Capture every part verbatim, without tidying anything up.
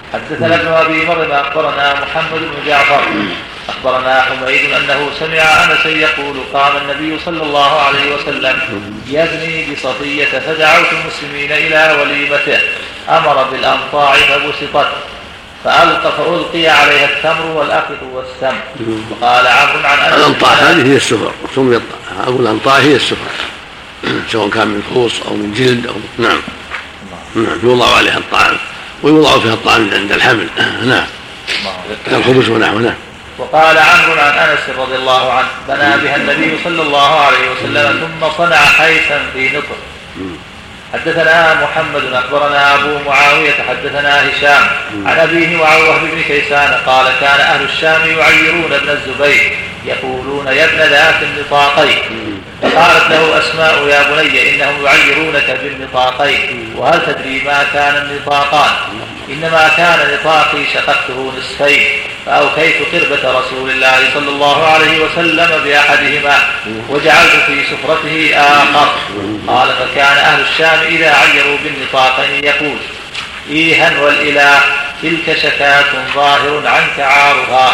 حدثنا ابن أبي مريم أخبرنا محمد بن جعفر أخبرنا حميد أنه سمع أنس يقول قام النبي صلى الله عليه وسلم يبني بصفية فدعوت المسلمين إلى وليمته أمر بالأمطاع فبسطت فألقى فألقي عليها التمر والأقط والسم. وقال عمرو عن أنس الأمطاع هذه هي السفر، ثم أقول الأمطاع هي السفر سواء كان من خوص أو من جلد أو نعم نعم يوضع عليها الطعام ويوضع فيها الطعام عند الحمل نعم الخبز ونحوه. وقال عمرو عن أنس رضي الله عنه بنى بها النبي صلى الله عليه وسلم ثم صنع حيثا في نطر. حدثنا محمد أخبرنا أبو معاوية حدثنا هشام عن أبيه وعن وهب بن كيسان قال كان أهل الشام يعيرون ابن الزبير يقولون يا ابن ذات النطاقين. فقالت له أسماء يا بني إنهم يعيرونك بالنطاقين وهل تدري ما كان النطاقان؟ إنما كان نطاقي شققته نصفين فأوكيت قربة رسول الله صلى الله عليه وسلم بأحدهما وجعلت في سفرته آخر. قال فكان أهل الشام إذا عيروا بالنطاقين يقول إيها والإله تلك شكاة ظاهر عنك عارها.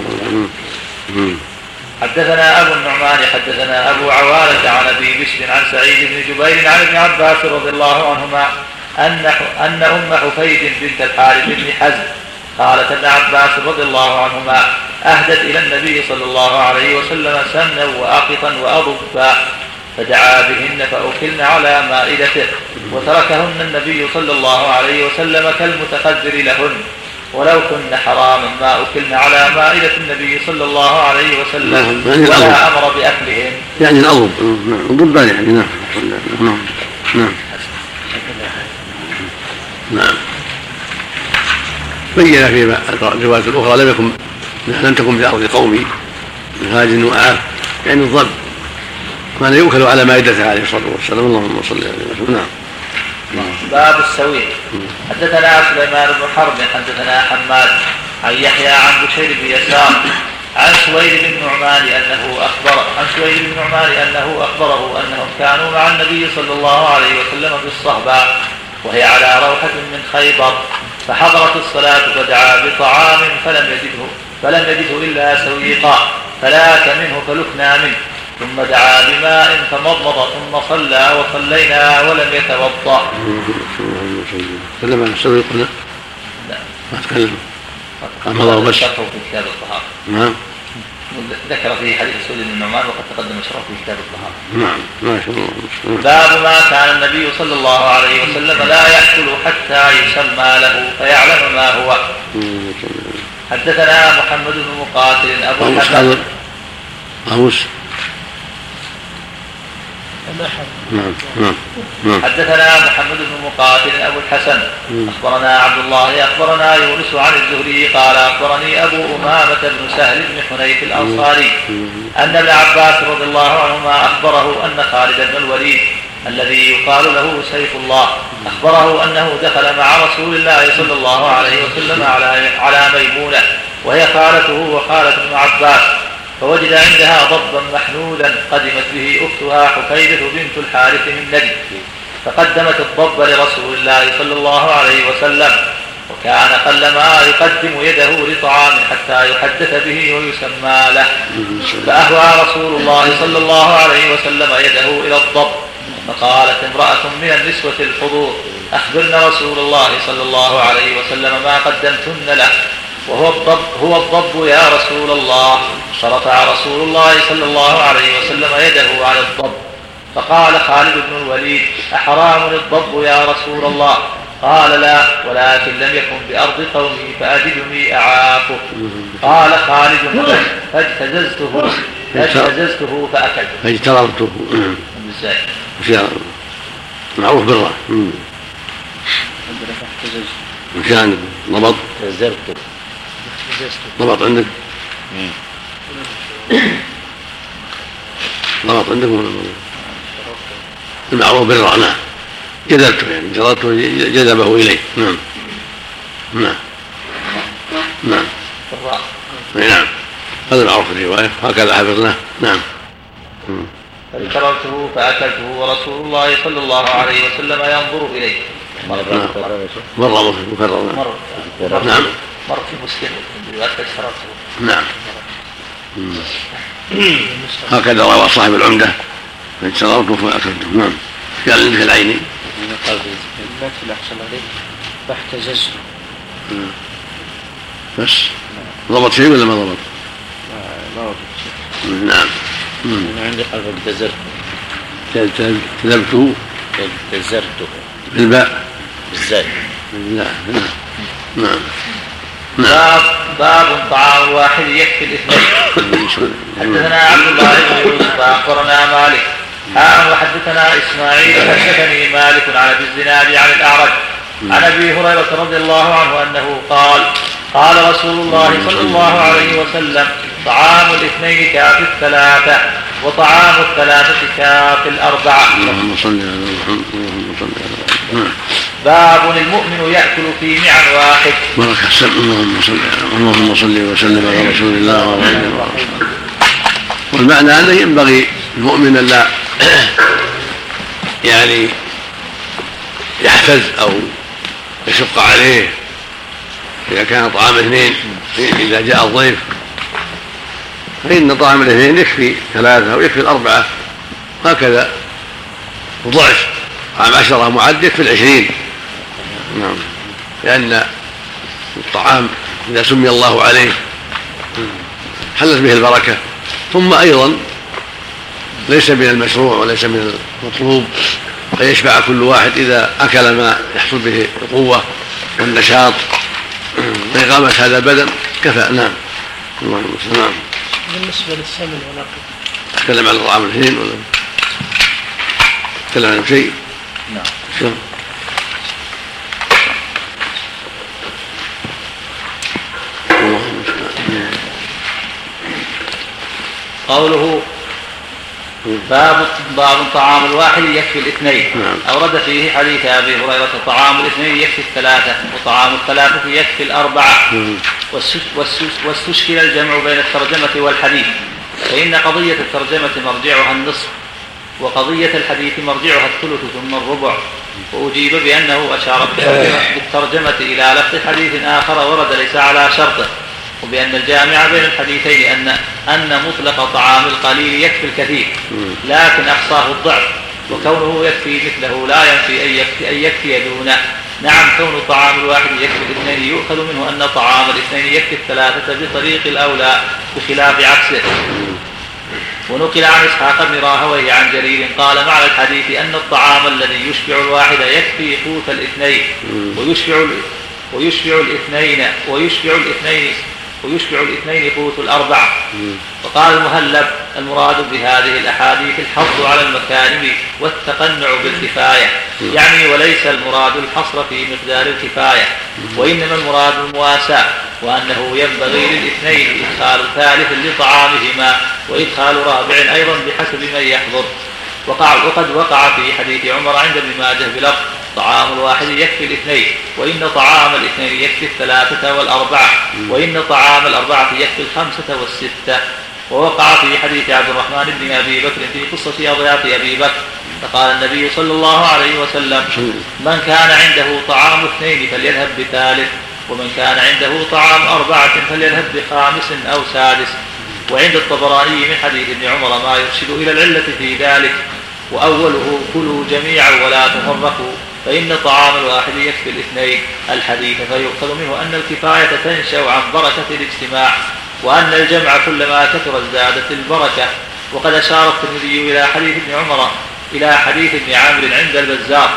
حدثنا أبو النعمان حدثنا أبو عوالة عن أبي بشر عن سعيد بن جبير عن ابن عباس رضي الله عنهما أن, أن أم حفيد بنت الحارث بن حزم قالت ابن عباس رضي الله عنهما أهدت إلى النبي صلى الله عليه وسلم سمنا وأقطا وأضبا فدعا بهن فأكلن على مائدته وتركهن النبي صلى الله عليه وسلم كالمتقدر لهن ولو كن حراما ما أكلن على مائدة النبي صلى الله عليه وسلم ولا أمر بأكلهم يعني الأضب ضبان يعني نعم نعم نعم نعم. بين في الروايات الأخرى لم يكن لم تكن بأرض قومي من هاج وآف يعني الضب ما لا يؤكل على مائدته عليه الصلاة والسلام. اللهم صل عليه وسلم. نعم. باب السويق. حدثنا سليمان بن حرب حدثنا حماد عن يحيى عن بشير بن يسار عن سويد بن نعمان أنه أخبر عن سويد بن نعمان أنه أخبره أنهم كانوا مع النبي صلى الله عليه وسلم بالصهباء وهي على روحة من خيبر فحضرت الصلاة فدعا بطعام فلم يجده فلم يجده إلا سويقا فلاك منه فلكنا منه ثم دعا بماء فمضمض ثم صلى وصلينا ولم يتوضأ. تكلم عن السويق هنا؟ لا ما تكلم. قال بس شرحه في كتاب الطهارة. نعم. ذكر في حديث سويد بن النعمان وقد تقدم شرحه في كتاب الطهارة. نعم ما شاء الله. باب ما كان النبي صلى الله عليه وسلم لا يأكل حتى يسمى له فيعلم ما هو. حدثنا محمد بن مقاتل أبو الحسن أوس. نعم نعم نعم. حدثنا محمد بن مقاتل أبو الحسن أخبرنا عبد الله أخبرنا يونس عن الزهري قال أخبرني أبو أمامة بن سهل بن حنيف الأنصاري أن ابن عباس رضي الله عنهما أخبره أن خالد بن الوليد الذي يقال له سيف الله أخبره أنه دخل مع رسول الله صلى الله عليه وسلم على على ميمونة وهي خالته وخالة ابن عباس فوجد عندها ضبا محنودا قدمت به أختها حفيدة بنت الحارث من نجد فقدمت الضب لرسول الله صلى الله عليه وسلم وكان قلما يقدم يده لطعام حتى يحدث به ويسمى له فأهوى رسول الله صلى الله عليه وسلم يده إلى الضب فقالت امرأة من النسوة الحضور أخبرنا رسول الله صلى الله عليه وسلم ما قدمتن له وهو الضب هو الضب يا رسول الله فرفع رسول الله صلى الله عليه وسلم يده على الضب فقال خالد بن الوليد أحرام الضب يا رسول الله قال لا ولكن لم يكن بأرض قومي فأجدني أعافه قال خالد فاجتززته فاجتززته فأكلته فاجتررته ازاي معروف بالراء مشان ضبط ضبط عندك ضبط عندك المعروف بالراء نعم جذبته يعني جذبته جذبه إليه نعم نعم نعم بالراء نعم هذا المعروف في الرواية هكذا حفظناه نعم فاجتررته فأكلته ورسول الله صلى الله عليه وسلم ينظر إليه مرة مرة مكررة نعم. مر في مسلم رواية فاشترطه. نعم. هكذا روى صاحب العمدة فاشترطه فأكلته. نعم. قال لي في العيني قال في الأحسن عليه فاحتجزت بس ضبط شيء ولا ما ضبط؟ ما ضبط شيء. نعم. أنا عندي قال فاجتزرته تذبته اجتزرته بالباء بالزاي. لا. نعم. باب باب طعام واحد يكفي الاثنين. حدثنا عبد الله بن يوسف اخبرنا مالك ها وحدثنا اسماعيل حدثني مالك عن ابي الزناد عن الاعرج عن ابي هريره رضي الله عنه انه قال قال رسول الله صلى الله عليه وسلم طعام الاثنين كافي الثلاثه وطعام الثلاثه كافي الاربعه. اللهم صل على محمد. اللهم صل على محمد. باب المؤمن يأكل في معن واحد. بارك حسن. اللهم صل اللهم صل وسلم على رسول الله وعلى اله وصحبه. والمعنى انه ينبغي المؤمن لا يعني يحفز او يشق عليه اذا كان طعام اثنين اذا جاء الضيف، فان طعام الاثنين يكفي ثلاثه ويكفي الاربعه، هكذا ضعف طعام عشره معد يكفي العشرين. نعم. لأن الطعام إذا سمي الله عليه حلت به البركة. ثم أيضا ليس من المشروع وليس من المطلوب أن يشبع كل واحد إذا أكل ما يحصل به القوة والنشاط وإقامة هذا البدن كفى. نعم. اللهم صل. نعم. بالنسبة للسمن والعقل تكلم عن الطعام الاثنين ولا تكلم عن شيء؟ نعم. قوله باب باب طعام الواحد يكفي الاثنين. نعم. أورد فيه حديث أبي هريرة طعام الاثنين يكفي الثلاثة وطعام الثلاثة يكفي الأربعة. واستشكل الجمع بين الترجمة والحديث، فإن قضية الترجمة مرجعها النصف وقضية الحديث مرجعها الثلث ثم الربع. وأجيب بأنه أشار بالترجمة إلى لفظ حديث آخر ورد ليس على شرطه، وبأن الجامع بين الحديثين أن أن مطلق طعام القليل يكفي الكثير لكن أقصاه الضعف، وكونه يكفي مثله لا ينفي أن يكفي, أن يكفي دونه. نعم، كون طعام الواحد يكفي الاثنين يؤخذ منه أن طعام الاثنين يكفي الثلاثة بطريق الأولى بخلاف عكسه. ونقل عن إسحاق بن راهويه عن جرير قال معنى الحديث أن الطعام الذي يشبع الواحد يكفي قوت الاثنين ويشبع ويشبع الاثنين ويشبع الاثنين ويشبع الاثنين قوت الأربعة. وقال المهلب المراد بهذه الأحاديث الحظ على المكارم والتقنع بالكفاية، يعني وليس المراد الحصر في مقدار الكفاية، وإنما المراد المواساة، وأنه ينبغي للاثنين إدخال ثالث لطعامهما وإدخال رابع أيضا بحسب من يحضر. وقد وقع في حديث عمر عند ابن ماجه بلفظ طعام الواحد يكفي الاثنين، وإن طعام الاثنين يكفي الثلاثة والأربعة، وإن طعام الأربعة يكفي الخمسة والستة. ووقع في حديث عبد الرحمن بن أبي بكر في قصة أضياف أبي بكر فقال النبي صلى الله عليه وسلم من كان عنده طعام اثنين فليذهب بثالث، ومن كان عنده طعام أربعة فليذهب بخامس أو سادس. وعند الطبراني من حديث ابن عمر ما يرشد إلى العلة في ذلك، وأوله كلوا جميعا ولا تفرقوا فإن طعام الواحد يكفي الاثنين الحديث، فيؤخذ منه أن الكفاية تنشأ عن بركة الاجتماع، وأن الجمع كلما كثر ازدادت البركة. وقد أشار الترمذي إلى حديث ابن عمر إلى حديث ابن عامر عند البزار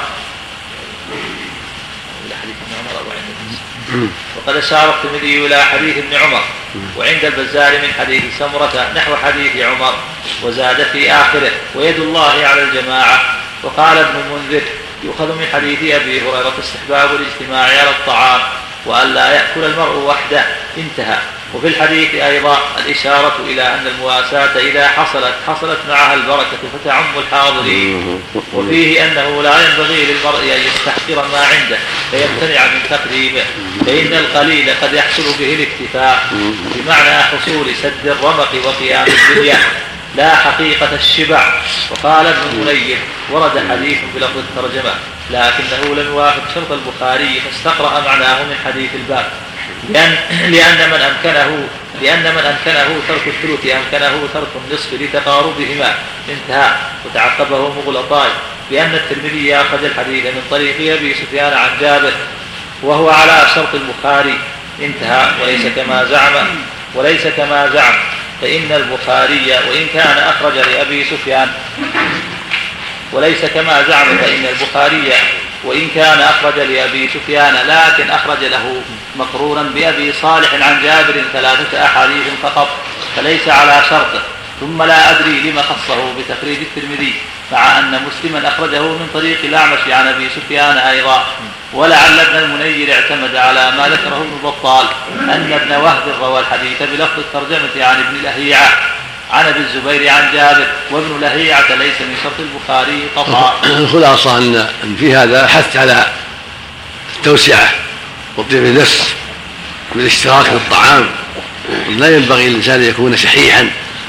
إلى حديث ابن عمر وعند البزار وقد أشار الترمذي إلى حديث ابن عمر وعند البزار من حديث سمرة نحو حديث عمر، وزاد في آخره ويد الله على الجماعة. وقال ابن المنذر يؤخذ من حديث أبي هريرة استحباب الاجتماع على الطعام وأن لا يأكل المرء وحده، انتهى. وفي الحديث أيضا الإشارة إلى أن المواساة إذا حصلت حصلت معها البركة فتعم الحاضرين. وفيه أنه لا ينبغي للمرء أن يستحقر ما عنده فيمتنع من تقديمه، فإن القليل قد يحصل به الاكتفاء بمعنى حصول سد الرمق وقيام الدنيا. لا حقيقة الشبع. وقال ابن المنير ورد حديث بلفظ الترجمة لكنه لم يوافق شرط البخاري فاستقرأ معناه من حديث الباب، لأن, لأن من أمكنه لأن من أمكنه ترك الثلث أمكنه ترك النصف لتقاربهما، انتهى. وتعقبه مغلطاي لأن الترمذي أخذ الحديث من طريق أبي سفيان عن جابر وهو على شرط البخاري، انتهى. وليس كما زعم وليس كما زعم فإن البخاري وإن كان أخرج لأبي سفيان وليس كما زعم فإن البخاري وإن كان أخرج لأبي سفيان لكن أخرج له مقرونا بأبي صالح عن جابر ثلاثة أحاديث فقط فليس على شرطه. ثم لا أدري لما خصه بتخريج الترمذي مع أن مسلما أخرجه من طريق الأعمش عن أبي سفيان أيضا. ولعل ابن المنير اعتمد على ما ذكره ابن بطال أن ابن وهب روى الحديث بلفظ الترجمة عن ابن لهيعة عن ابي الزبير عن جابر، وابن لهيعة ليس من شرط البخاري قطعا. الخلاصة أن في هذا حث على التوسعة وطيب النفس بالاشتراك في الطعام. لا ينبغي الإنسان أن يكون شحيحا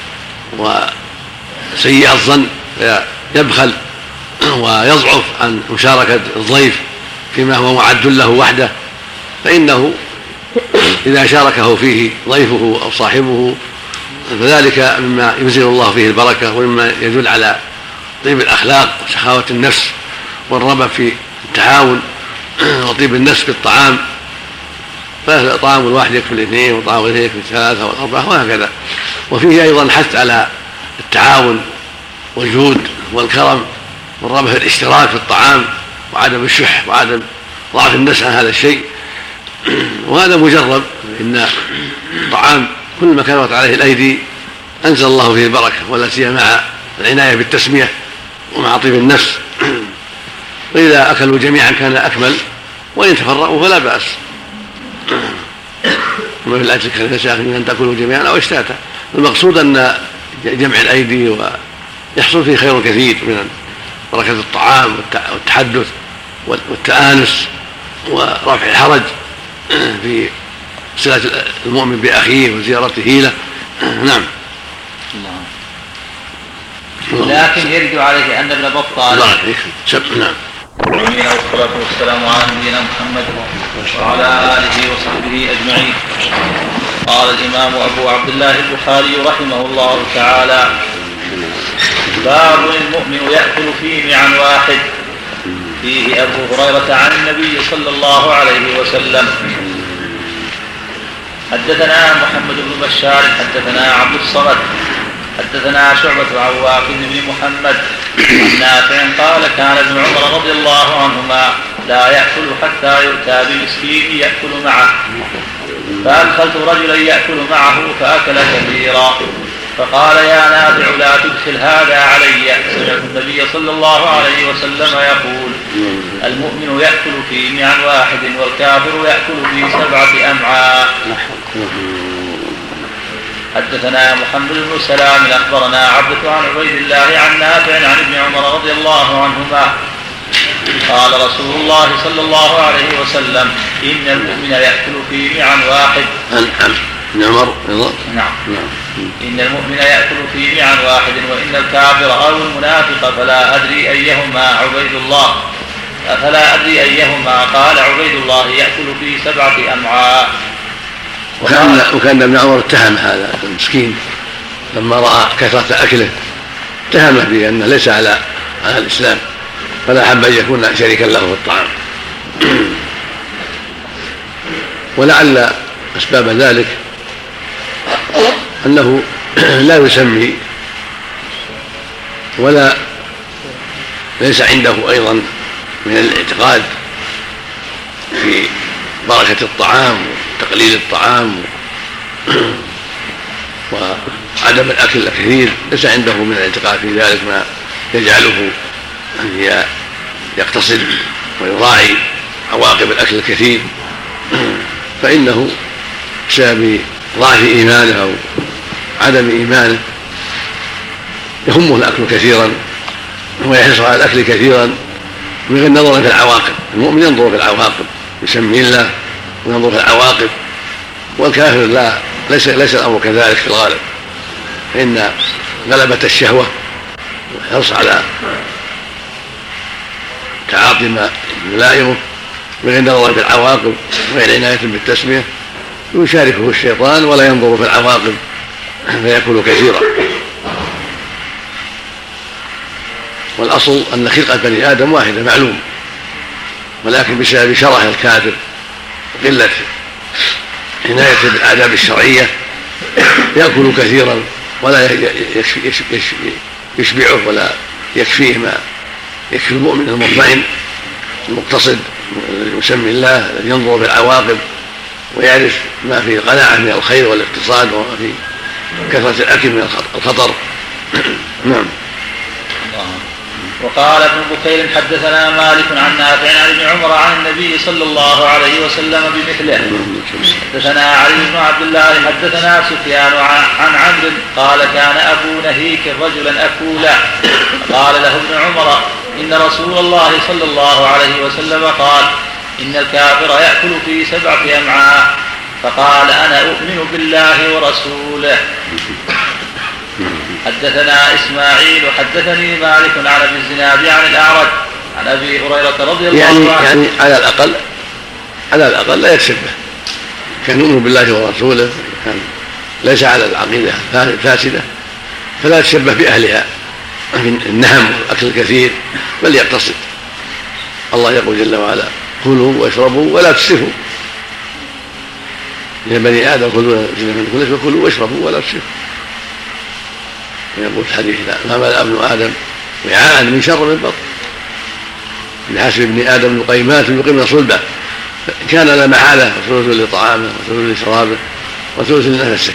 وسيء الظن فيبخل ويضعف عن مشاركة الضيف فيما هو معد له وحده، فإنه إذا شاركه فيه ضيفه أو صاحبه فذلك مما ينزل الله فيه البركة ومما يدل على طيب الأخلاق وسخاوة النفس والرغبة في التعاون وطيب النفس بالطعام. فطعام الواحد يكفي الاثنين وطعام غيره يكفي الثلاثة والأربعة وهكذا. وفيه أيضا حث على التعاون والجود والكرم والرغبة في الاشتراك في الطعام وعدم الشح وعدم ضعف النفس عن هذا الشيء. وهذا مجرب، إن الطعام كل ما كانت عليه الأيدي أنزل الله فيه البركة، ولا سيما مع العناية بالتسمية ومع طيب النفس. وإذا أكلوا جميعا كان أكمل، وإن تفرقوا فلا بأس. وما في الأكل كالنساء من أن تأكلوا جميعا أو اشتاتا. المقصود أن جمع الأيدي ويحصل فيه خير كثير من بركة الطعام والتحدث والتآنس ورفع الحرج في صلة المؤمن بأخيه وزيارته له. نعم. لكن يرد عليه أن ابن بطال نعم. والصلاة والسلام على نبينا محمد وعلى آله وصحبه أجمعين. قال الإمام أبو عبد الله البخاري رحمه الله تعالى: باب المؤمن يأكل في معن واحد. فيه أبو هريرة عن النبي صلى الله عليه وسلم. حدثنا محمد بن بشار حدثنا عبد الصمد حدثنا شعبة عن واقد بن محمد عن نافع قال: كان ابن عمر رضي الله عنهما لا يأكل حتى يؤتى بمسكين يأكل معه، فأدخلت رجلا يأكل معه فأكل كثيرا، فقال: يا نافع لا تدخل هذا علي. سمعت النبي صلى الله عليه وسلم يقول: المؤمن يأكل في معن واحد والكافر يأكل في سبعة أمعاء. حدثنا محمد بن سلام أخبرنا عبدة عن عبيد الله عن نافع عن ابن عمر رضي الله عنهما قال: رسول الله صلى الله عليه وسلم: إن المؤمن يأكل في معن واحد. ابن عمر نعم. إن المؤمن يأكل في معن واحد وإن الكافر أو المنافق فلا أدري أيهما عبيد الله فلا أدري أيهما قال عبيد الله يأكل في سبعة أمعاء. وكان, وكان ابن عمر اتهم هذا المسكين لما رأى كثرة أكله، اتهمه بأنه ليس على على الإسلام، فلا أحب أن يكون شريكا له في الطعام. ولعل أسباب ذلك أنه لا يسمي ولا ليس عنده أيضا من الاعتقاد في بركة الطعام وتقليل الطعام وعدم الأكل الكثير، ليس عنده من الاعتقاد في ذلك ما يجعله أن يقتصد ويراعي عواقب الأكل الكثير، فإنه بسبب ضعف إيمانه أو عدم إيمانه يهمه الأكل كثيرا ويحرص على الأكل كثيرا من غير نظر في العواقب. المؤمن ينظر في العواقب، يسمي الله وينظر في العواقب، والكافر لا ليس ليس الأمر كذلك في الغالب، فإن غلبة الشهوة والحرص على تعاطي ما يلائمه بغير نظر في العواقب وغير عناية بالتسمية يشاركه الشيطان ولا ينظر في العواقب فيأكل كثيرا. والأصل أن خلقة بني آدم واحدة معلوم، ولكن بسبب شره الكافر وقلة عناية بالآداب الشرعية يأكل كثيرا ولا يشبعه ولا يكفيه ما يكفي المؤمن المطمئن المقتصد يسمي الله الذي ينظر في العواقب ويعرف ما في قناعة من الخير والاقتصاد وما في كثرة الأكل من الخطر. نعم. وقال ابن بكير حدثنا مالك عن نافع عن ابن عمر عن النبي صلى الله عليه وسلم بمثله. حدثنا علي بن عبد الله حدثنا سفيان عن عمرو قال كان أبو نهيك رجلا أكولا قال له ابن عمر إن رسول الله صلى الله عليه وسلم قال إن الكافر يأكل في سبعة أمعاء فقال أنا أؤمن بالله ورسوله. حدثنا إسماعيل حدثني مالك عن أبي الزناد عن الأعرج عن أبي هريرة رضي الله يعني عنه يعني على الأقل على الأقل لا يكسبه، كان يؤمن بالله ورسوله، كان ليس على العقيدة الفاسدة فلا يتشبه بأهلها في النهم والأكل الكثير بل يقتصد. الله يقول جل وعلا كلوا واشربوا ولا تسرفوا، يا بني آدم كلوا من كل وكلوا واشربوا ولا تسرفوا. ويقول الحديث ما ملأ ابن آدم وعاء من شر من بطن بحسب ابن آدم لقيمات يقيمن صلبه كان لا محالة وثلث لطعامه وثلث لشرابه وثلث لنفسه.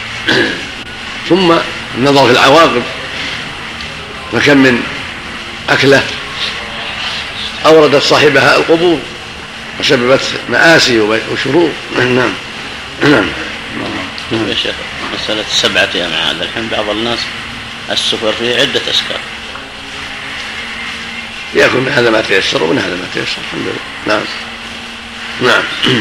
ثم النظر في العواقب، فكم من أكلة أوردت صاحبها القبور وسببت مآسي وشرور. نعم. نعم. يا شيخ مسألة سبعة أمعاء الحين بعض الناس السفر فيه عدة أسكار يأكل من هذا ما تيسر ومن هذا ما تيسر الحمد لله. نعم. نعم.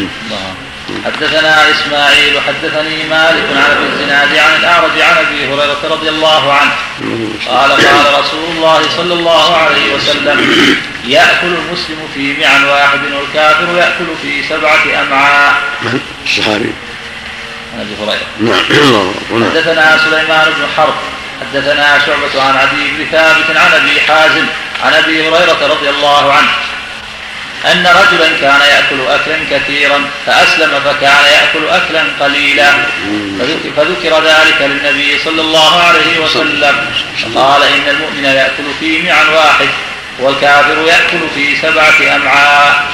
حدثنا إسماعيل حدثني مالك عن أبي الزناد عن الأعرج عن أبي هريرة رضي الله عنه قال قال رسول الله صلى الله عليه وسلم يأكل المسلم في معن واحد والكافر يأكل في سبعة أمعاء. الصحابي عن أبي هريرة. نعم. حدثنا سليمان بن حرب حدثنا شعبة عن عدي بن ثابت عن أبي حازم عن أبي هريرة رضي الله عنه أن رجلا كان يأكل أكلا كثيرا فأسلم فكان يأكل أكلا قليلا فذكر ذلك للنبي صلى الله عليه وسلم قال إن المؤمن يأكل في معن واحد والكافر يأكل في سبعة أمعاء.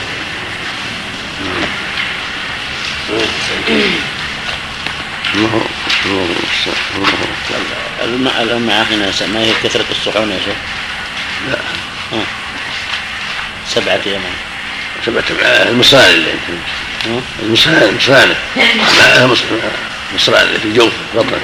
الأمعاء هنا ما هي كثرة الصحون يا شيخ؟ لا. ها. سبعة أمعاء. سبعة أمعاء المصران اللي المصران المصرانة المصران اللي في جوفه بطنه.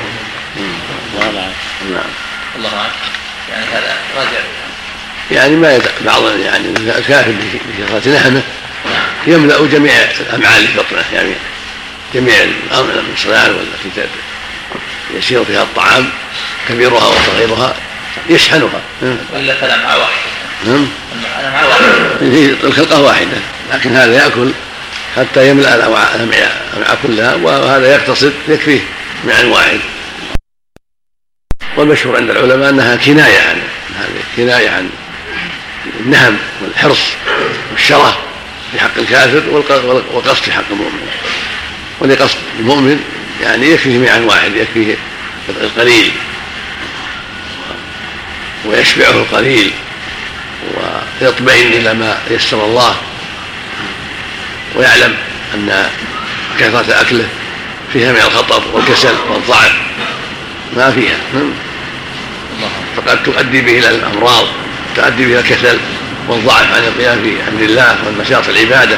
نعم. الله أعلم. يعني هذا راجع يعني ما يدع بعض يعني الكافر بكثرة لحمه يملأ جميع الأمعاء اللي في بطنه، يعني جميع المصران والتي يسير فيها الطعام كبيرها وصغيرها يشحنها. إلا فالأمعاء واحدة. نعم. الأمعاء واحدة. هي الخلقة واحدة، لكن هذا يأكل حتى يملأ الأمعاء كلها، وهذا يقتصد يكفيه معن واحد. والمشهور عند العلماء أنها كناية عن هذه كناية عن النهم والحرص والشره في حق الكافر والقصد في حق المؤمن. ولقصد المؤمن يعني يكفيه معن واحد، يكفيه القليل ويشبعه القليل ويطمئن إلى ما يسر الله، ويعلم أن كثرة أكله فيها من الخطر والكسل والضعف ما فيها، فقد تؤدي به إلى الأمراض، تؤدي به الكسل والضعف عن القيام في أمر الله والنشاط العبادة.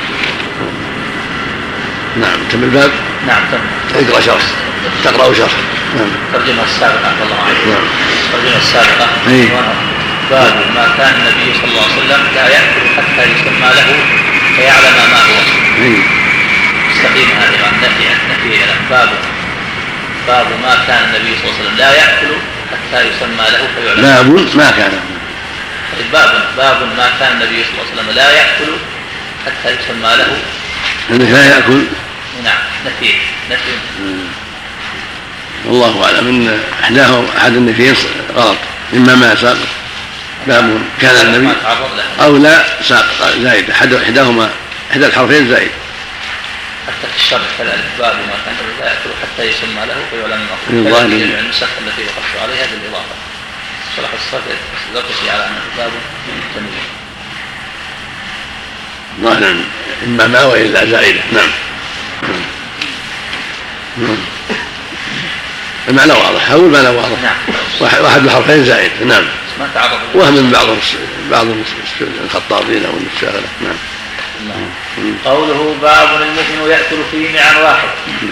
نعم. تم الباب؟ نعم تم. اقرأ شرح، تقرأ شرح. نعم. ترجمة السابقة الله عنه. نعم. ترجمة السابقة. أي. باب ما كان النبي صلى الله عليه وسلم لا يأكل حتى يسمى له فيعلم ما هو. أي. مستقيم هذه النفي نفي إلى باب. باب ما كان النبي صلى الله عليه وسلم لا يأكل حتى يسمى له فيعلم. باب ما كان باب باب ما كان النبي صلى الله عليه وسلم لا يأكل حتى يسمى له. أنه لا يأكل. نعم نفي نفي. والله أعلم إن أحداه أحد النفيين غلط، إما ما ساق باب كان النبي أو لا ساق زائد إحداهما إحدى الحرفين زائد. حتى في الشرح كذلك باب ما كان لا يأكل حتى يسمى له فيعلم المقصود. جميع النسخ التي وقفت عليها بالإضافة. شرح الصدر زرقتي على أنه باب جميل. ظاهرا إما ما وإلا زائدة. نعم. نعم. المعنى واضح، أو المعنى واضح. نعم. واحد الحرفين زائد. نعم. ما تعرض. وهم من بعض بعض الخطابين أو المشاغلة. نعم. نعم. قوله باب المؤمن يأكل في معا واحد.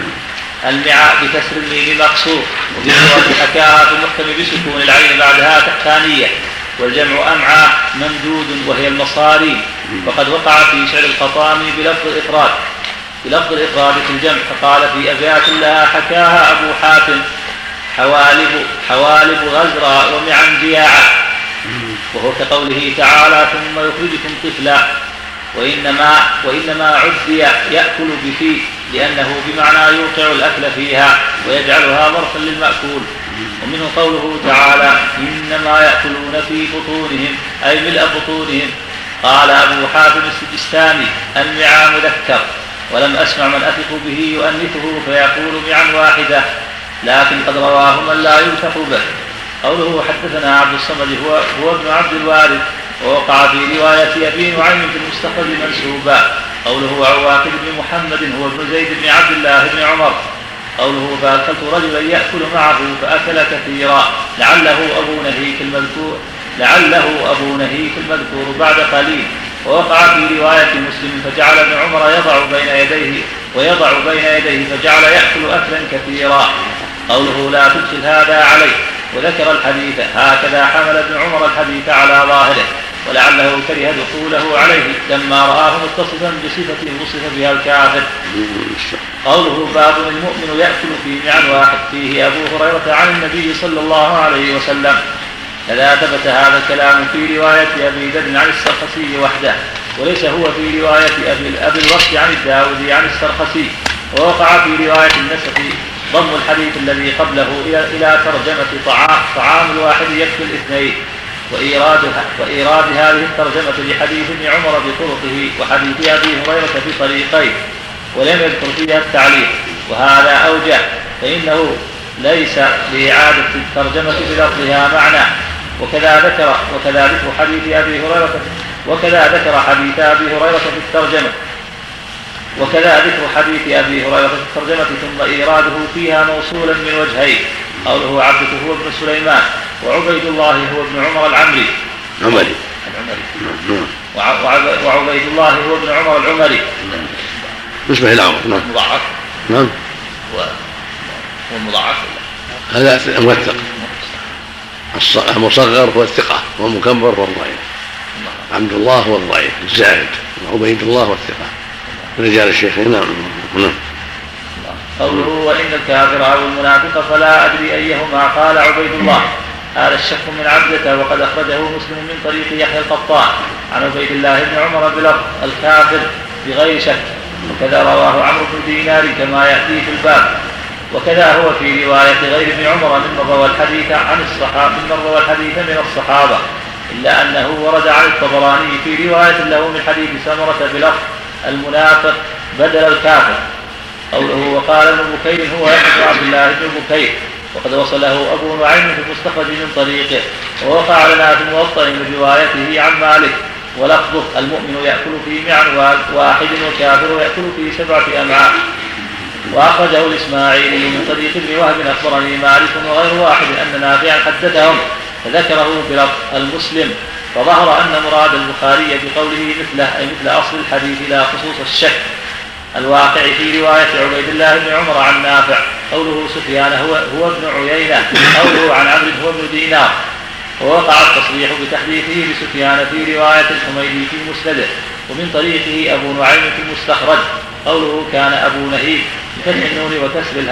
المعاء بكسر الميم مقصور، وبالرواية حكاها في المحكم بسكون العين بعدها تحتانية، والجمع أمعاء ممدود وهي المصاري. وقد وقع في شعر الخطامي بلفظ الإفراد بلفظ الإفراد في الجمع، فقال في أبيات لها حكاها أبو حاتم حوالب حوالب غزرا ومعا جياعا، وهو كقوله تعالى ثم يخرجكم طفلا. وإنما, وإنما عدي يأكل بفي لأنه بمعنى يوقع الأكل فيها ويجعلها ظرفا للمأكول. ومنه قوله تعالى إنما يأكلون في بطونهم أي ملء بطونهم. قال أبو حاتم السجستاني المعا مذكر، ولم أسمع من أثق به يؤنثه فيقول معا واحدة، لكن قد رواه من لا يوثق به. قوله حدثنا عبد الصمد هو, هو ابن عبد الوارث، ووقع في رواية أبي نعيم في المستخرج منسوبا. قوله عواقب بن محمد هو ابن زيد بن عبد الله بن عمر. قوله فأكلت رجلا يأكل معه فأكل كثيرا لعله أبو نهيك المذكور لعله أبو نهيك المذكور بعد قليل. ووقع في رواية مسلم فجعل ابن عمر يضع بين يديه ويضع بين يديه فجعل يأكل أكلا كثيرا. قوله لا تدخل هذا عليه، وذكر الحديث هكذا حمل ابن عمر الحديث على ظاهره، ولعله كره دخوله عليه لما رآه متصفا بصفة وصف بها الكافر. قوله باب المؤمن يأكل في معا واحد، فيه أبو هريرة عن النبي صلى الله عليه وسلم. كذا ثبت هذا الكلام في رواية أبي ذر عن السرخسي وحده، وليس هو في رواية أبي الوصف عن الداودي عن السرخسي. ووقع في رواية النسخي ضم الحديث الذي قبله إلى ترجمة طعام, طعام الواحد يكفي الاثنين، وإيراد, وإيراد هذه الترجمة لحديث ابن عمر بطرقه وحديث أبي هريرة بطريقين، ولم يذكر فيها التعليق، وهذا أوجه، فإنه ليس لإعادة الترجمة بلفظها معنى. وكذا ذكر وكذا ذكر حديث أبي هريرة وكذا ذكر حديث أبي هريرة في الترجمة وكذا ذكر حديث أبي هريرة في الترجمة ثم إيراده فيها موصولا من وجهين. قوله عبدة هو ابن سليمان، وعبيد الله هو ابن عمر العمري عمري وعبيد الله هو ابن عمر العمري نسبة إلى عمر. نعم. مضاعف. نعم. والمضاعف هذا موثق، المصغر هو الثقة والمكبر هو الضعيف. عبد الله هو الضعيف الزائد، وعبيد الله هو الثقة رجال الشيخين. نعم. نعم. قوله وإن الكافر أو المنافق فلا أدري أيهما. قال عبيد الله هذا الشك من عبدة، وقد أخرجه مسلم من طريق يحيى القطان عن عبيد الله بن عمر بلفظ الكافر بغير شك، وكذا رواه عمرو بن دينار كما يأتي في الباب. وكذا هو في رواية غير ابن عمر من روى الحديث عن الصحابة من روى الحديث من الصحابة، إلا أنه ورد عن الطبراني في رواية له من حديث سمرة بلفظ المنافق بدل الكافر. قوله وقال ابن بكير هو ابن عبد الله بن بكير، وقد وصله أبو نعيم في المستخرج من طريقه، ووقع لنا في الموطأ من روايته عن مالك ولفظه المؤمن يأكل في معا واحد والكافر يأكل في سبعة أمعاء. وأخرجه الإسماعيلي من طريق ابن وهب أخبرني مالك وغير واحد أن نافعا حدثهم فذكره بلفظ المسلم، فظهر أن مراد البخاري بقوله مثله أي مثل أصل الحديث لا خصوص الشك الواقع في رواية عبيد الله بن عمر عن نافع. قوله سفيان هو, هو ابن عيينة، قوله عن عمرو هو ابن دينار. ووقع التصريح بتحديثه لسفيان في رواية الحميدي في مسنده، ومن طريقه أبو نعيم في المستخرج. قوله كان أبو نهيك بفتح النون وكسر الهاء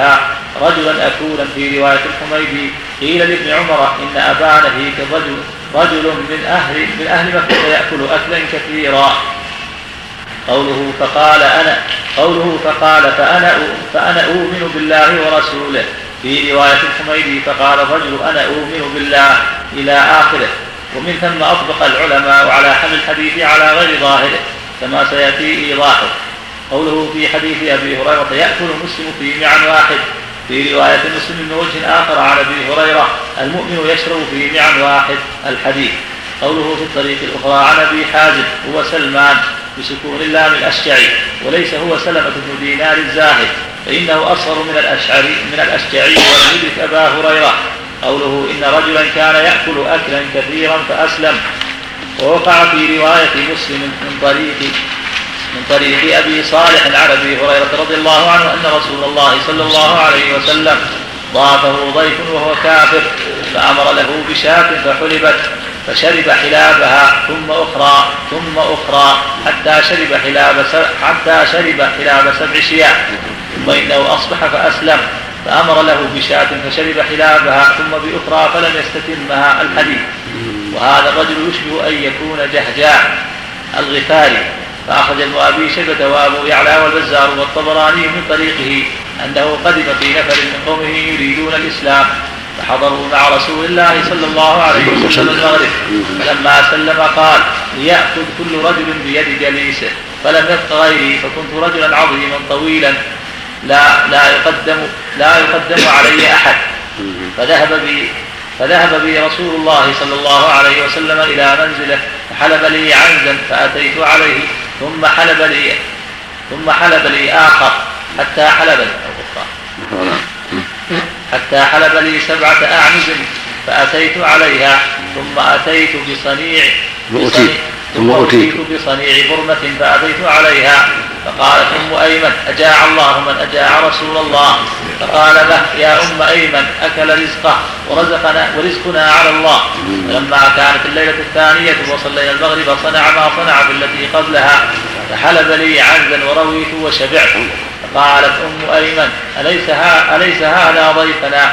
رجلا أكولا في رواية الحميدي. قيل لابن عمر إن أبان فيك رجل, رجل من أهل, من أهل مكة يأكل أكلا كثيرا. قوله فقال أنا قوله فقال فأنا, فأنا أؤمن بالله ورسوله. في رواية الحميدي فقال الرجل أنا أؤمن بالله إلى آخره. ومن ثم أطبق العلماء على حمل الحديث على غير ظاهره كما سيأتي إيضاحه. قوله في حديث أبي هريرة يأكل مسلم في معا واحد. في رواية مسلم من وجه آخر عن أبي هريرة المؤمن يشرب في معا واحد الحديث. قوله في الطريق الأخرى عن أبي حازم هو سلمان بسكون اللام الأشجعي وليس هو سلمة بن دينار الزاهد فإنه أصغر من الأشعري من الأشجعي ولم يدرك أبا هريرة. قوله إن رجلا كان يأكل أكلا كثيرا فأسلم. ووقع في رواية مسلم من طريق من طريق أبي صالح عن أبي هريرة رضي الله عنه أن رسول الله صلى الله عليه وسلم ضافه ضيف وهو كافر فأمر له بشاة فحلبت فشرب حلابها ثم أخرى ثم أخرى حتى شرب حلاب حتى شرب حلاب سبع شياه. ثم إنه أصبح فأسلم فأمر له بشاة فشرب حلابها ثم بأخرى فلم يستتمها الحديث. وهذا الرجل يشبه أن يكون جهجاء الغفاري. فأخرج ابن أبي شيبة وأبو يعلى والبزار والطبراني من طريقه أنه قدم في نفر من قومه يريدون الإسلام فحضروا مع رسول الله صلى الله عليه وسلم المغرب. فلما سلم قال ليأخذ كل رجل بيد جليسه فلم يبق غيري فكنت رجلا عظيما طويلا لا لا يقدم لا يقدم علي أحد. فذهب بي فذهب بي رسول الله صلى الله عليه وسلم إلى منزله فحلب لي عنزا فأتيت عليه ثم حلب لي ثم حلب لي آخر حتى حلب حتى حلب لي سبعة أعنز فأتيت عليها ثم أتيت بصنيع ثم أتيت بصنيع برمة فأتيت عليها فقالت أم أيمن أجاع الله من أجاع رسول الله. فقال له يا أم أيمن أكل رزقه ورزقنا, ورزقنا على الله. فلما كانت الليلة الثانية وصلينا المغرب صنع ما صنع بالتي قبلها فحلب لي عنزا ورويت وشبعت. فقالت أم أيمن أليس, ها أليس هذا ضيفنا؟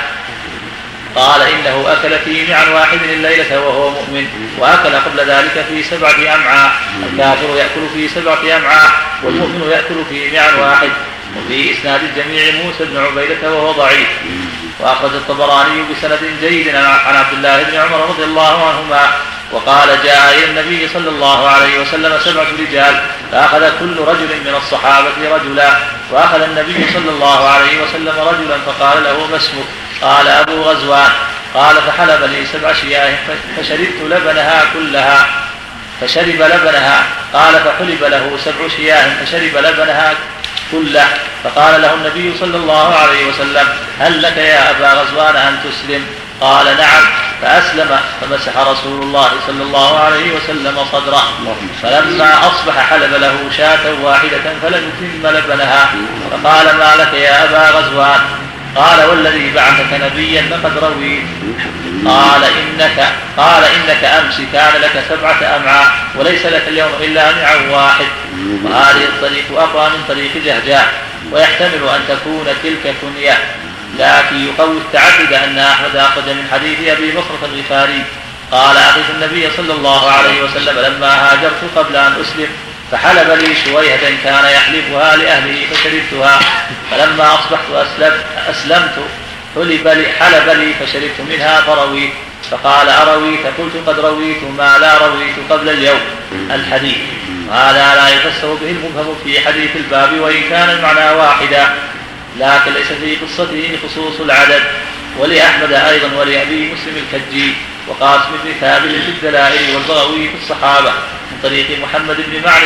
قال إنه أكل في معا واحد الليلة وهو مؤمن وأكل قبل ذلك في سبعة أمعاء. الكافر يأكل في سبعة أمعاء والمؤمن يأكل في معا واحد. وفي إسناد الجميع موسى بن عبيدة وهو ضعيف. وأخرج الطبراني بسند جيد عن عبد الله بن عمر رضي الله عنهما وقال جاء إلى النبي صلى الله عليه وسلم سبعة رجال فأخذ كل رجل من الصحابة رجلا وأخذ النبي صلى الله عليه وسلم رجلا فقال له ما اسمك؟ قال أبو غزوان. قال فحلب لي سبع شياه فشربت لبنها كلها فشرب لبنها. قال فحلب له سبع شياه فشرب لبنها كله. فقال له النبي صلى الله عليه وسلم هل لك يا أبا غزوان أن تسلم؟ قال نعم. فأسلم فمسح رسول الله صلى الله عليه وسلم صدره. فلما أصبح حلب له شاة واحدة فلم يتم لبنها. فقال ما لك يا أبا غزوان؟ قال والذي بعثك نبيا لقد رويت. قال إنك قال إنك أمس كان لك سبعة أمعاء وليس لك اليوم إلا معا واحد. وهذه الطريق أقوى من طريق جهجاء ويحتمل أن تكون تلك كنية لكن يقوي التعدد أن أحمد أخرج من حديث أبي بكر الغفاري قال أخذ النبي صلى الله عليه وسلم لما هاجرت قبل أن أسلم فحلب لي شويهة كان يحلبها لأهله فشربتها. فلما أصبحت أسلمت, أسلمت حلب لي, حلب لي فشربت منها فرويت. فقال أرويت؟ قلت قد رويت ما لا رويت قبل اليوم الحديث. وهذا لا يفسر به المبهم في حديث الباب وإن كان المعنى واحدا لكن ليس في قصته خصوص العدد. ولأحمد أيضا ولأبي مسلم الكجي وقاسم بن ثابت في الدلائل والبغوي في الصحابة من طريق محمد بن معن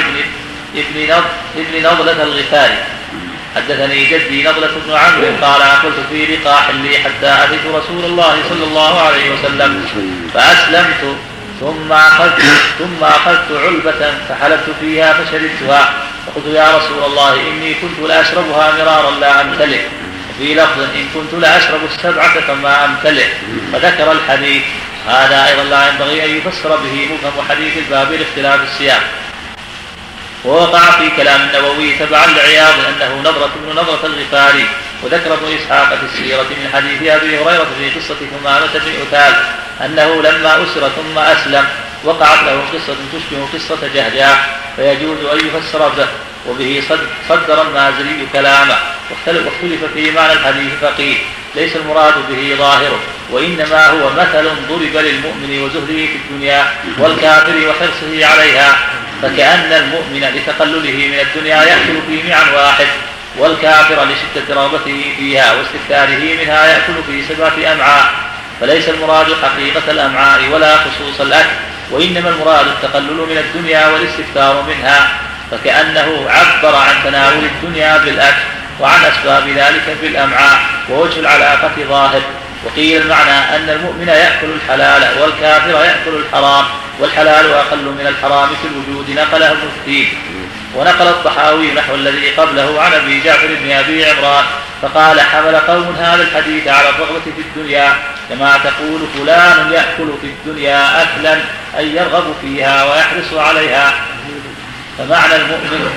بن نضلة الغفاري حدثني جدي نضلة بن عمرو قال أقلت في لقاح لي حتى أتيت رسول الله صلى الله عليه وسلم فأسلمت ثم أخذت, ثم أخذت علبة فحلبت فيها فشربتها. فقلت يا رسول الله إني كنت لأشربها مرارا لا أمتلئ. وفي لفظ إن كنت لأشرب السبعة فما أمتلئ. فذكر الحديث. هذا أيضا لا ينبغي أن يفسر به مفهم حديث الباب لاختلاف السياق. ووقع في كلام النووي تبعا لعياض أنه نضرة بن نضرة الغفاري وذكر ابن إسحاق في السيرة من حديث أبي هريرة في قصة ثمامة بن أثال أنه لما أسر ثم أسلم وقعت له قصة تشبه قصة جهجاح فيجوز أن يفسر به، وبه صدر المازري كلامه، واختلف في معنى الحديث فقيل ليس المراد به ظاهره، وإنما هو مثل ضرب للمؤمن وزهده في الدنيا والكافر وحرصه عليها، فكأن المؤمن لتقلله من الدنيا يأكل في معن واحد، والكافر لشدة رغبته فيها واستكثاره منها يأكل في سبعة أمعاء، فليس المراد حقيقة الأمعاء ولا خصوص الأكل، وإنما المراد التقلل من الدنيا والاستكثار منها، فكأنه عبر عن تناول الدنيا بالأكل وعن أسباب ذلك بالأمعاء، ووجه العلاقة ظاهر. وقيل المعنى أن المؤمن يأكل الحلال والكافر يأكل الحرام، والحلال أقل من الحرام في الوجود، نقله ابن كثير. ونقل الطحاوي نحو الذي قبله عن أبي جعفر بن أبي عمران فقال حمل قوم هذا الحديث على الرغبة في الدنيا، كما تقول فلان يأكل في الدنيا أكلا أي يرغب فيها ويحرص عليها، فمعنى المؤمن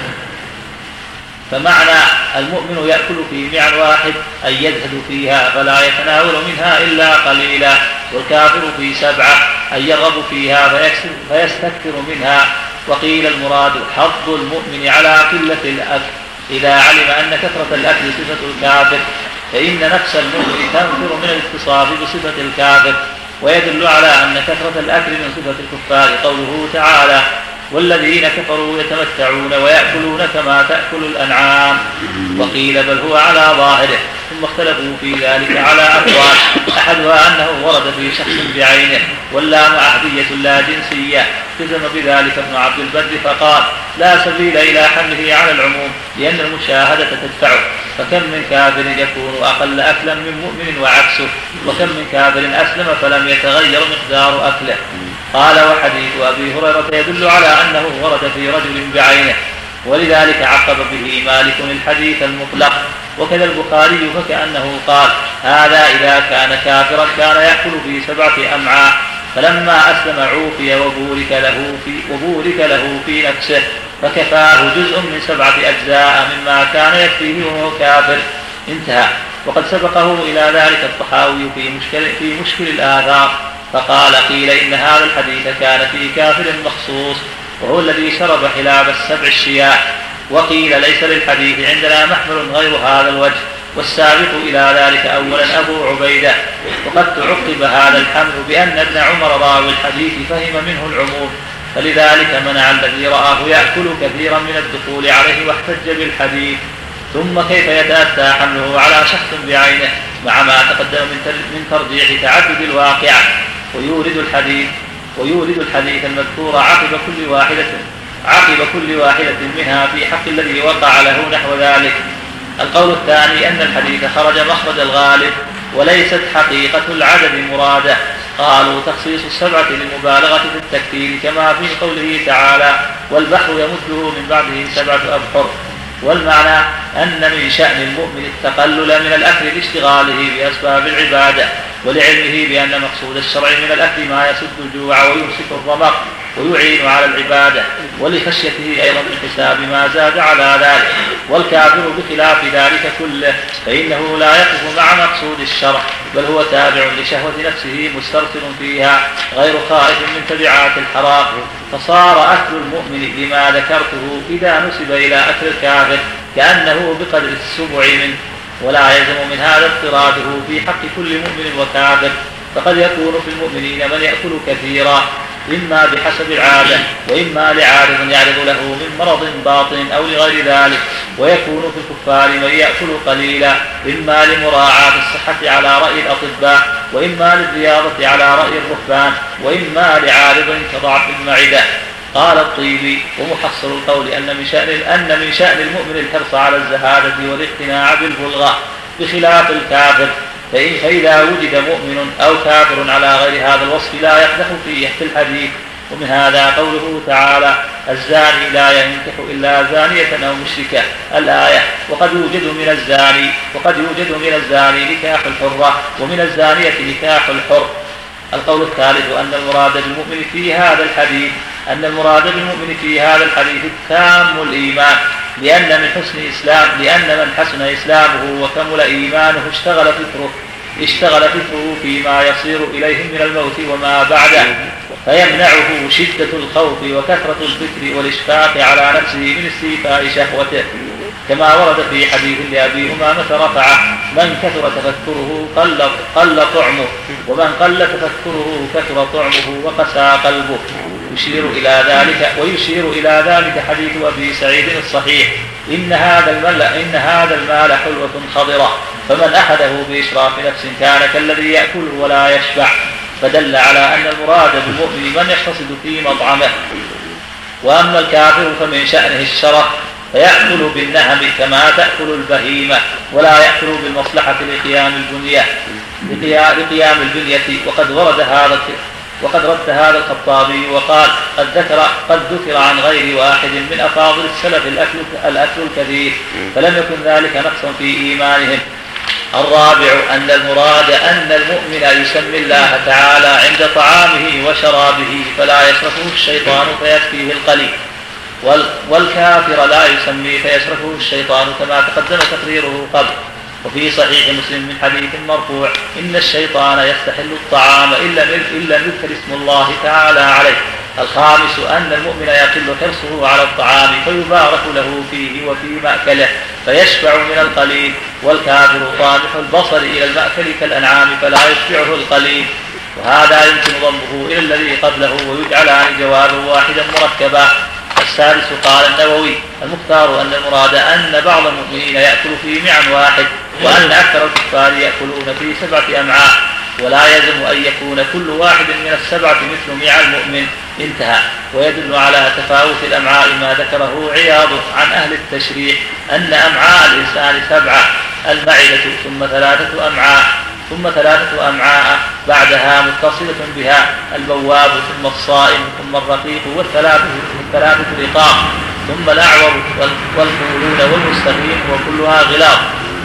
فمعنى المؤمن يأكل في معن واحد أي يزهد فيها فلا يتناول منها إلا قليلا، والكافر في سبعة أي يرغب فيها فيستكثر منها. وقيل المراد حظ المؤمن على قلة الأكل إذا علم أن كثرة الأكل صفة الكافر، فإن نفس المؤمن تنفر من الاتصاف بصفة الكافر، ويدل على أن كثرة الأكل من صفة الكفار قوله تعالى والذين كفروا يتمتعون ويأكلون كما تأكل الأنعام. وقيل بل هو على ظاهره، ثم اختلفوا في ذلك على أقوال، أحدها أنه ورد في شخص بعينه واللام عهدية لا جنسية، جزم بذلك ابن عبد البر فقال لا سبيل إلى حمله على العموم لأن المشاهدة تدفعه، فكم من كافر يكون أقل أكلا من مؤمن وعكسه، وكم من كافر أسلم فلم يتغير مقدار أكله. قال وحديث أبي هريرة يدل على أنه ورد في رجل بعينه، ولذلك عقب به مالك الحديث المطلق، وكذا البخاري فكأنه قال هذا إذا كان كافرا كان يأكل في سبعة أمعاء، فلما أسلم عوفي وبورك له في, وبورك له في نفسه فكفاه جزء من سبعة أجزاء مما كان يكفيه وهو كافر. انتهى. وقد سبقه إلى ذلك الطحاوي في مشكل, في مشكل الآثار فقال قيل إن هذا الحديث كان في كافر مخصوص وهو الذي شرب حلاب السبع الشياع، وقيل ليس للحديث عندنا محمل غير هذا الوجه، والسابق إلى ذلك أولا أبو عبيدة. وقد تعقب هذا الحمل بأن ابن عمر راوي الحديث فهم منه العموم، فلذلك منع الذي رآه يأكل كثيرا من الدخول عليه واحتج بالحديث. ثم كيف يتأتى حمله على شخص بعينه مع ما تقدم من ترجيح تعدد الواقعة، ويورد الحديث ويورد الحديث المذكور عقب كل واحدة عقب كل واحدة منها في حق الذي وقع له نحو ذلك. القول الثاني أن الحديث خرج مخرج الغالب وليست حقيقة العدد مرادة، قالوا تخصيص السبعة للمبالغة في التكثير كما في قوله تعالى والبحر يمده من بعده سبعة أبحر، والمعنى أن من شأن المؤمن التقلل من الأكل لاشتغاله بأسباب العبادة، ولعلمه بأن مقصود الشرع من الأكل ما يسد الجوع ويمسك الرمق ويعين على العبادة، ولخشيته أيضا بحساب ما زاد على ذلك. والكافر بخلاف ذلك كله فإنه لا يقف مع مقصود الشرع، بل هو تابع لشهوة نفسه مسترسل فيها غير خائف من تبعات الحرام، فصار أكل المؤمن لما ذكرته إذا نسب إلى أكل الكافر كأنه بقدر السبع منه، ولا يلزم من هذا اضطراده في حق كل مؤمن وكافر، فقد يكون في المؤمنين من يأكل كثيرا إما بحسب العادة وإما لعارض يعرض له من مرض باطن أو لغير ذلك، ويكون في الكفار من يأكل قليلا إما لمراعاة الصحة على رأي الأطباء، وإما للرياضة على رأي الرهبان، وإما لعارض كضعف المعدة. قال الطيبي ومحصل القول أن من شأن أن من شأن المؤمن الحرص على الزهادة والاقتناع بالبلغة بخلاف الكافر، فإذا وجد مؤمن أو كافر على غير هذا الوصف لا يقدح فيه في الحديث. ومن هذا قوله تعالى الزاني لا ينكح إلا زانية أو مشركة الآية. وقد يوجد من الزاني وقد يوجد من الزاني نكاح الحرة ومن الزانية نكاح الحر. القول الثالث أن المراد بالمؤمن في هذا الحديث أن المراد بالمؤمن في هذا الحديث تام الإيمان، لأن من حسن إسلام لأن من حسن إسلامه وكمل إيمانه اشتغل فكره اشتغل فكره فيما يصير إليه من الموت وما بعده، فيمنعه شدة الخوف وكثرة الفكر والإشفاق على نفسه من استيفاء شهوته، كما ورد في حديث لأبي أمامة رفعه: من كثر تفكره قل, قل طعمه، ومن قل تفكره كثر طعمه وقسى قلبه. يشير إلى ذلك ويشير إلى ذلك حديث أبي سعيد الصحيح: إن هذا المال إن هذا المال حلوة خضرة، فمن أخذه بإشراف نفس كان كالذي يأكل ولا يشبع. فدل على أن المراد بالمؤمن من يقتصد في مطعمه. وأما الكافر فمن شأنه الشرف، فيأكل بالنهم كما تأكل البهيمة، ولا يأكل بالمصلحة لقيام البنية لقيام البنية وقد ورد هذا وقد رد هذا الخطابي وقال: قد ذكر قد ذكر عن غير واحد من أفاضل السلف الأكل الأكل الكثير، فلم يكن ذلك نقصا في إيمانهم. الرابع أن المراد أن المؤمن يسمي الله تعالى عند طعامه وشرابه فلا يشرفه الشيطان فيكفيه القليل، والكافر لا يسمي فيشرفه الشيطان كما تقدم تقريره قبل. وفي صحيح مسلم من حديث مرفوع: إن الشيطان يستحل الطعام إلا إلا يذكر اسم الله تعالى عليه. الخامس أن المؤمن يقل حرصه على الطعام فيبارك له فيه وفي مأكله فيشبع من القليل، والكافر طامح البصر إلى المأكل كالأنعام فلا يشبعه القليل. وهذا يمكن ضمه إلى الذي قبله ويجعلان جوابا واحدا مركبا. السادس قال النووي: المختار أن المراد أن بعض المؤمنين يأكل في معن واحد، وأن أكثر الكفار يأكلون في سبعة أمعاء، ولا يلزم أن يكون كل واحد من السبعة مثل مع المؤمن. انتهى. ويدل على تفاوت الأمعاء ما ذكره عياض عن أهل التشريع أن أمعاء الإنسان سبعة: المعدة ثم ثلاثة أمعاء ثم ثلاثة أمعاء بعدها متصلة بها: البواب ثم الصائم ثم الرقيق والثلاثة والثلاثة رقاق ثم الأعور والقولون والمستقيم وكلها غلاظ.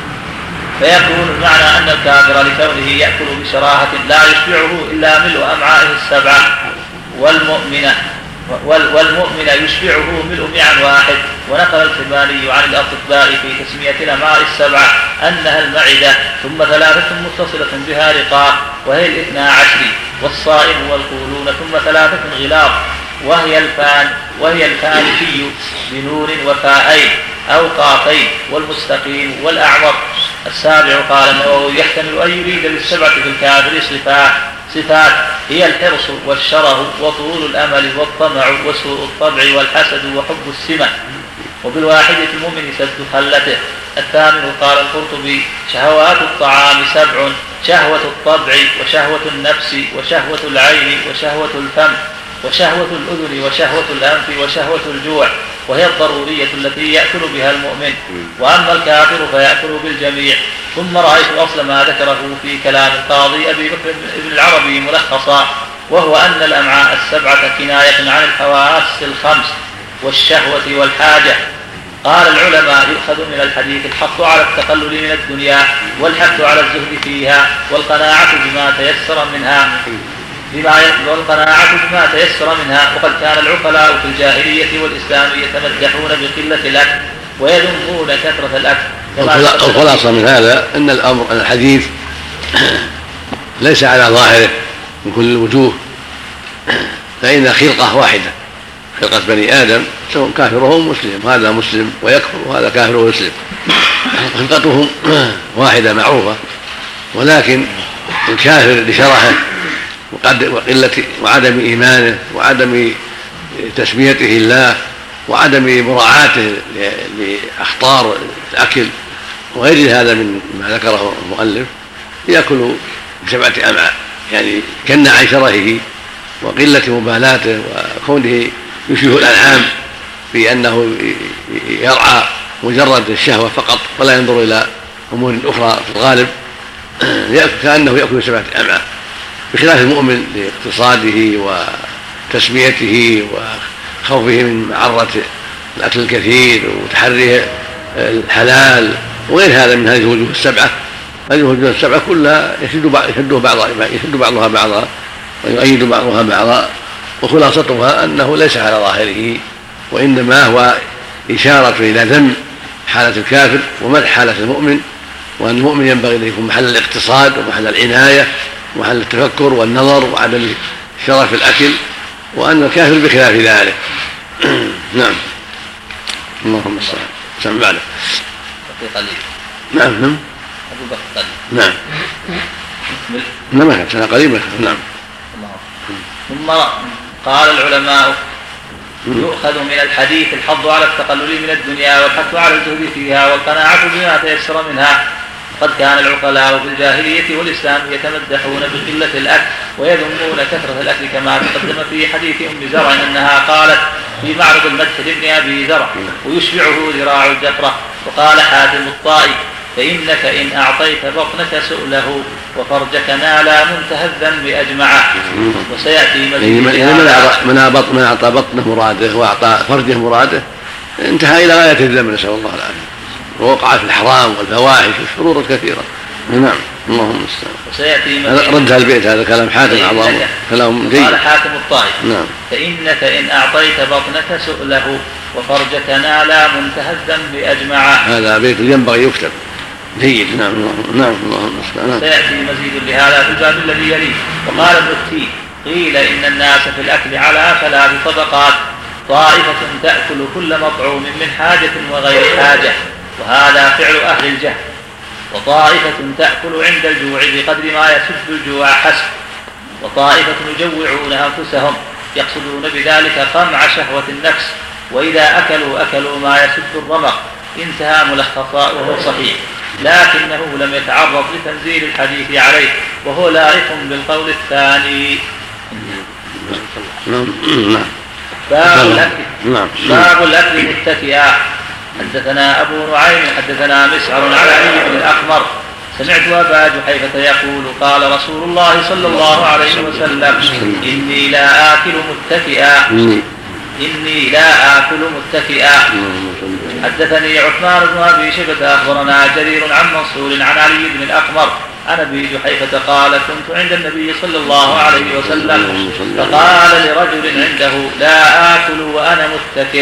فيكون المعنى أن الكافر لكونه يأكل بشراهة لا يشبعه إلا ملء أمعائه السبعة، والمؤمن والمؤمن يشبعه ملء معن واحد. ونقل الخباني عن الأطباء في تسمية الأمعاء السبعة أنها المعدة ثم ثلاثة متصلة بها رقاق وهي الاثنا عشر، والصائم والقولون ثم ثلاثة غلاظ وهي الفان وهي الفانفي بنون وفاءين أو قافين، والمستقيم والأعور. السابع قال النووي: يحتمل أن يريد بالسبعة في الكافر صفات صفات هي الحرص والشره وطول الأمل والطمع وسوء الطبع والحسد وحب السمة، وبالواحد في المؤمن سد خلته. الثامن قال القرطبي: شهوات الطعام سبع: شهوة الطبع وشهوة النفس وشهوة العين وشهوة الفم وشهوة الأذن وشهوة الأنف وشهوة الجوع، وهي الضرورية التي يأكل بها المؤمن. وأما الكافر فيأكل بالجميع. ثم رأيت أصل ما ذكره في كلام القاضي أبي بكر بن العربي ملخصا، وهو أن الأمعاء السبعة كناية عن الحواس الخمس والشهوة والحاجة. قال العلماء: يؤخذ من الحديث الحث على التقلل من الدنيا والحث على الزهد فيها والقناعة بما تيسر منها بما والقناعة بما تيسر منها. وقد كان العقلاء في الجاهلية والإسلام يتمدحون بقلة الأكل ويذمون كثرة الأكل. الخلاصة من هذا أن الأمر أن الحديث ليس على ظاهره من كل الوجوه، فإن خلقة واحدة، خلقة بني آدم، سواء كافر أو مسلم، هذا مسلم ويكفر وهذا كافر ويسلم، خلقتهم واحدة معروفة. ولكن الكافر لشرحه وقلة وعدم إيمانه وعدم تسميته الله وعدم مراعاته لأخطار الأكل وغير هذا من ما ذكره المؤلف، يأكل بسبعة أمعاء، يعني كن عن شرهه وقلة مبالاته وكونه يشبه الأنعام بأنه يرعى مجرد الشهوة فقط ولا ينظر إلى أمور أخرى في الغالب، كأنه يأكل سبعة أمعاء، بخلاف المؤمن لاقتصاده وتسميته وخوفه من معرة الأكل الكثير وتحريه الحلال وغير هذا من هذه الوجوه السبعة. هذه الوجوه السبعة كلها يشد بعضها يشد بعضها بعضا ويؤيد بعضها بعضا، وخلاصتها أنه ليس على ظاهره، وإنما هو إشارة إلى ذم حالة الكافر ومدح حالة المؤمن، وأن المؤمن ينبغي أن يكون محل الاقتصاد ومحل العناية ومحل التفكر والنظر وعدم شرف الأكل، وأن الكافر بخلاف ذلك. نعم. اللهم الصلاة سمع بعده. نعم نعم أبو بكر قليل. نعم نعم سنة قريبة. نعم. ثم قال العلماء: يؤخذ من الحديث الحظ على التقلل من الدنيا والحث على الزهد فيها والقناعة بما تيسر منها. قد كان العقلاء في الجاهلية والإسلام يتمدحون بقلة الأكل ويذمون كثرة الأكل، كما تقدم في حديث أم زرع أنها قالت في معرض المدح لابن أبي زرع: ويشبعه ذراع الجفرة. وقال حاتم الطائي: فإنك إن أعطيت بطنك سؤله وفرجك نالا منتهى بأجمعه. وسيأتي مزيد. من أعطى بطنه مراده وأعطى فرجه مراده انتهى إلى غاية الذم، نسأل الله العافية، ووقع في الحرام والفواحش والشرور الكثيرة. نعم. اللهم المستعان. ردها البيت، هذا كلام حاتم عظام، كلام جيد. قال حاتم الطائي: نعم. فإنك إن أعطيت بطنك سؤله وفرجك نالا منتهى بأجمعه. هذا بيت ينبغي يكتب جيد. نعم. نعم. اللهم المستعان. سيأتي مزيد لهذا في الباب الذي يليه. وقال ابن التي: قيل إن الناس في الأكل على ثلاث طبقات: طائفة تأكل كل مطعوم من حاجة وغير حاجة، وهذا فعل أهل الجهل. وطائفة تأكل عند الجوع بقدر ما يسد الجوع حسب. وطائفة يجوعون أنفسهم يقصدون بذلك قمع شهوة النفس، وإذا أكلوا أكلوا ما يسد الرمق. انتهى ملخصا، وهو صحيح، لكنه لم يتعرض لتنزيل الحديث عليه، وهو لائق بالقول الثاني. باب الأكل باب الأكل متكئا. حدثنا أبو نعيم حدثنا مسعر على علي بن الأحمر: سمعت أبا جحيفة يقول: قال رسول الله صلى الله عليه وسلم: إني لا آكل متكئا إني لا آكل متكئا. حدثني عثمان بن أبي شيبة أخبرنا جرير عن منصور عن علي بن الأحمر عن أبي جحيفة قال: كنت عند النبي صلى الله عليه وسلم فقال لرجل عنده: لا آكل وأنا متكئ.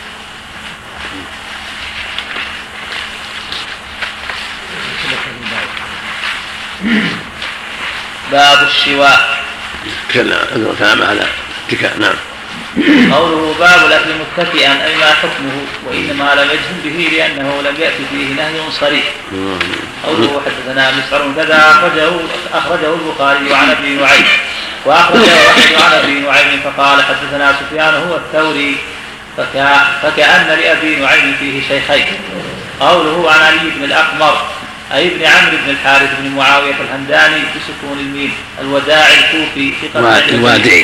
باب الشواء. كلام على اتكاء. نعم. قوله باب الأكل متكئا أي ما حكمه، وإنما لم يجزم به لأنه لم يأتي فيه نهي صريح. قوله حدثنا مسعر كذا أخرجه, أخرجه البخاري عن أبي نعيم، وأخرجه أحمد عن أبي نعيم فقال: حدثنا سفيان هو الثوري فكأن لأبي نعيم فيه شيخين. قوله عن علي بن الأحمر أي ابن عمرو بن الحارث بن معاوية الهمداني بسكون الميم، الوداعي الكوفي الوادعي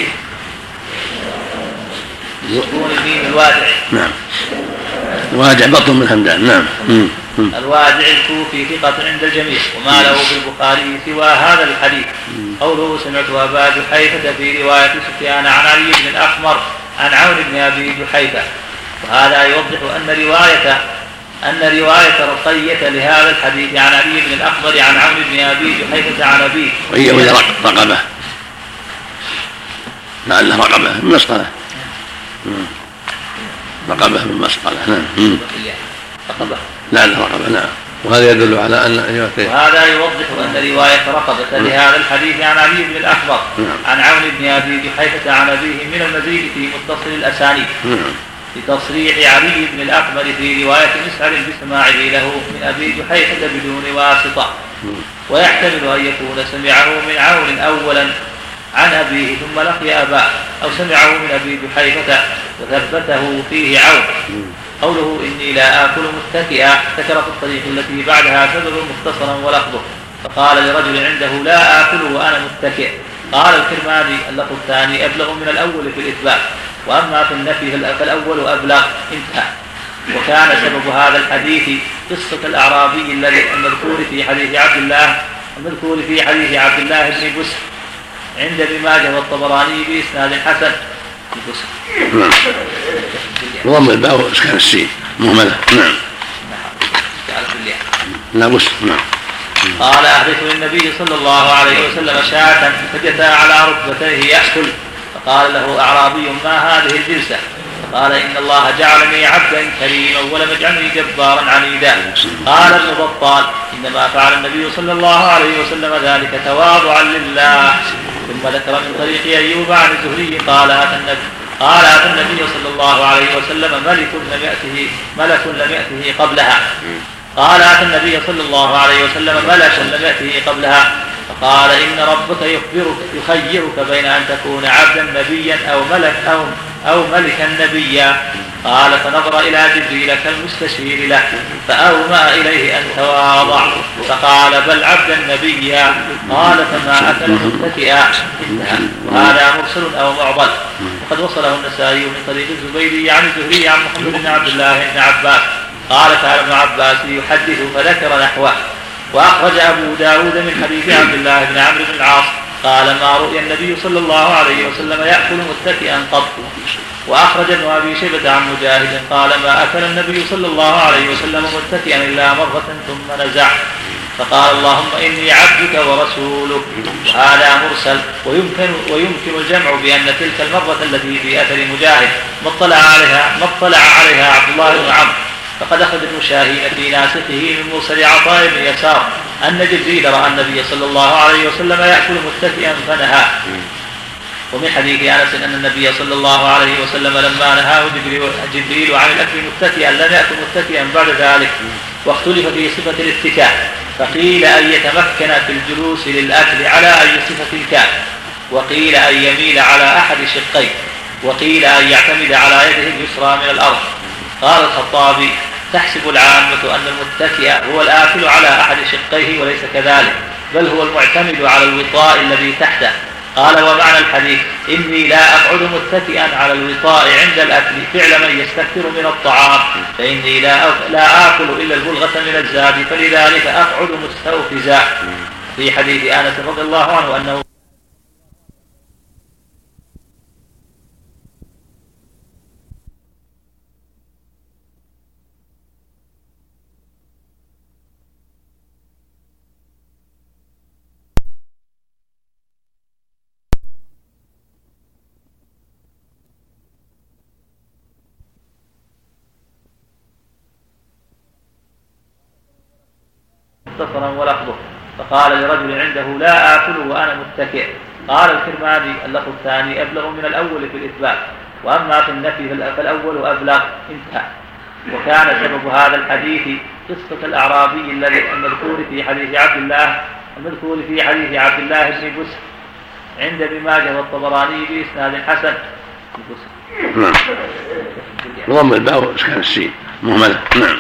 سكون الميم الوادعي. نعم. الوادع بطن من همدان. نعم. الوادعي الكوفي ثقة عند الجميع، وما له في البخاري سوى هذا الحديث. قوله سمعت أبا جحيفة في رواية سفيان عن علي بن الأحمر عن عون بن أبي جحيفة، وهذا يوضح أن رواية أن رواية رقية لهذا الحديث عن علي بن الأحمر عن عون بن أبي جحيفة عن أبيه وهي رقبة، لعله رقبة من مسقلة، رقبة من مسقلة. نعم. رقبة لعله رقبة. نعم. وهذا يدل على أن وهذا يوضح أن رواية رقبة لهذا الحديث عن علي بن الأحمر عن عون بن أبي جحيفة عن أبيه من المزيد في متصل الأسانيد بتصريح علي بن الأحمر في رواية مسعر بسماعه له من أبي جحيفة بدون واسطة، ويحتمل أن يكون سمعه من عون أولا عن أبيه ثم لقي أباه، أو سمعه من أبي جحيفة وثبته فيه عون. قوله إني لا آكل متكئا ذكر في الطريق التي بعدها سبب مختصرا ولفظه، فقال لرجل عنده: لا آكل وأنا متكئ. قال الكرماني: اللفظ الثاني أبلغ من الأول في الإثبات، وأما في النفي فالأول أبلغ. انتهى. وكان سبب هذا الحديث قصة الأعرابي الذي المذكور في حديث عبد الله المذكور في حديث عبد الله بن بسر عند ابن ماجه والطبراني بإسناد حسن. نعم. ضم الباء واسكان السين مهملة. نعم. لا بسر. نعم. قال: أحدث للنبي صلى الله عليه وسلم شاة فجثى على ركبتيه يأكل، فقال له أعرابي: ما هذه الجلسة؟ قال إن الله جعلني عبدا كريما ولم يجعلني جبارا عنيدا. قال ابن بطال إنما فعل النبي صلى الله عليه وسلم ذلك تواضعا لله. ثم ذكر من طريق أيوب عن الزهري قال أتى النبي قال أتى النبي صلى الله عليه وسلم ملك لم يأته ملك لم يأته قبلها قال أتى النبي صلى الله عليه وسلم ملك لم يأته قبلها فقال إن ربك يخبرك يخيرك بين أن تكون عبدا نبيا أو ملك أو, أو ملكا نبيا. قال فنظر إلى جبريل كالمستشير له فأومأ إليه أن تواضع فقال بل عبدا نبيا. قال فما أكل متكئا. وهذا مرسل أو معضل وقد وصله النسائي من طريق الزبيدي عن الزهري عن محمد بن عبد الله بن عباس قال كان ابن عباس يحدث فذكر نحوه. وأخرج أبو داود من حديث عبد الله بن عمرو بن العاص قال ما رؤي النبي صلى الله عليه وسلم يأكل متكئا قط. وأخرج ابن أبي شيبة عن مجاهد قال ما أكل النبي صلى الله عليه وسلم متكئا إلا مرة ثم نزع فقال اللهم إني عبدك ورسولك. وهذا مرسل ويمكن, ويمكن الجمع بأن تلك المرة التي في أثر مجاهد ما اطلع عليها, ما اطلع عليها عبد الله بن عمرو فقد أخذ ابن شاهين في ناسخه من مرسل عطاء بن يسار أن جبريل رأى النبي صلى الله عليه وسلم يأكل متكئا فنهى. ومن حديث أنس أن النبي صلى الله عليه وسلم لما نهاه جبريل عن الأكل متكئا لم يأكل متكئا بعد ذلك. واختلف في صفة الاتكاء فقيل أن يتمكن في الجلوس للأكل على أي صفة كان وقيل أن يميل على أحد شقيه وقيل أن يعتمد على يده اليسرى من الأرض. قال الخطابي تحسب العامة أن المتكئ هو الآكل على أحد شقيه وليس كذلك بل هو المعتمد على الوطاء الذي تحته. قال ومعنى الحديث إني لا أقعد متكئا على الوطاء عند الأكل فعل من يستكثر من الطعام فإني لا, لا آكل إلا البلغة من الزاد فلذلك أقعد مستوفزا. في حديث أنس رضي الله عنه أنه مختصرا ولفظه فقال لرجل عنده لا آكل وأنا متكئ. قال الكرماني اللفظ الثاني أبلغ من الأول في الإثبات وأما في النفي فالأول أبلغ انتهى. وكان سبب هذا الحديث قصة الأعرابي الذي المذكور في حديث عبد الله المذكور في حديث عبد الله بن بسر عند ابن ماجه والطبراني بإسناد حسن. نعم. ضم الباء وإسكان السين مهملة. نعم.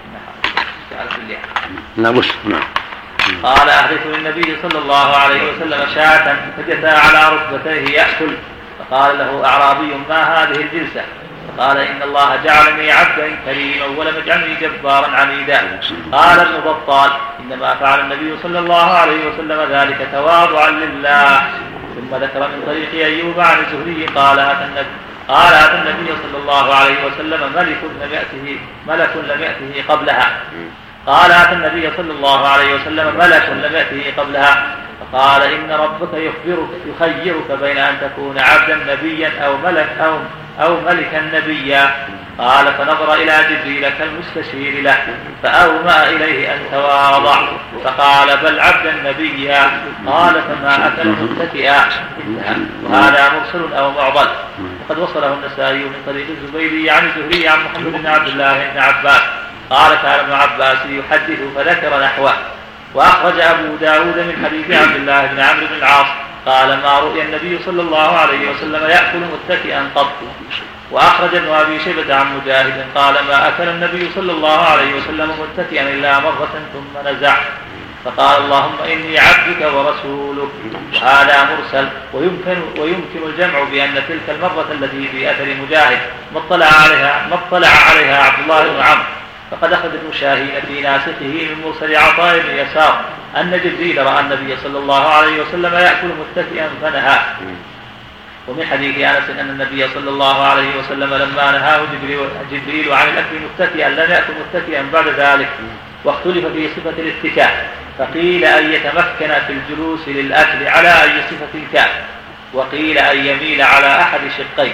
نعم. نعم. قال أحدث للنبي صلى الله عليه وسلم شاة فجثى على ركبتيه يأكل فقال له أعرابي ما هذه الجلسة؟ فقال إن الله جعلني عبدا كريما ولم يجعلني جبارا عنيدا. قال ابن بطال إنما فعل النبي صلى الله عليه وسلم ذلك تواضعا لله. ثم ذكر من طريق أيوب عن الزهري قال أتى النبي قال أتى النبي صلى الله عليه وسلم ملك لم يأته ملك لم يأته قبلها قال أتى النبي صلى الله عليه وسلم ملك لم يأته قبلها فقال إن ربك يخبرك يخيرك بين أن تكون عبدا نبيا أو ملك أو, أو ملكا نبيا. قال فنظر إلى جبريل كالمستشير له فأومأ إليه أن تواضع فقال بل عبدا نبيا. قال فما أكل متكئا. وهذا مرسل أو معضل وقد وصله النسائي من طريق الزبيدي عن الزهري عن محمد بن عبد الله بن عباس قال كان ابن عباس يحدث فذكر نحوه. وأخرج أبو داود من حديث عبد الله بن عمرو بن العاص قال ما رؤي النبي صلى الله عليه وسلم يأكل متكئا قط. وأخرج ابن أبي شيبة عن مجاهد قال ما أكل النبي صلى الله عليه وسلم متكئا إلا مرة ثم نزع فقال اللهم إني عبدك ورسولك. وهذا مرسل ويمكن, ويمكن الجمع بأن تلك المرة التي في أثر مجاهد ما اطلع عليها, ما اطلع عليها عبد الله بن عمرو فقد أخذ ابن شاهين في ناسخه من مرسل عطاء بن يسار أن جبريل رأى النبي صلى الله عليه وسلم يأكل متكئا فنهى. ومن حديث أنس أن النبي صلى الله عليه وسلم لما نهاه جبريل عن الأكل متكئا لم يأكل متكئا بعد ذلك. واختلف في صفة الاتكاء فقيل أن يتمكن في الجلوس للأكل على أي صفة كان وقيل أن يميل على أحد شقيه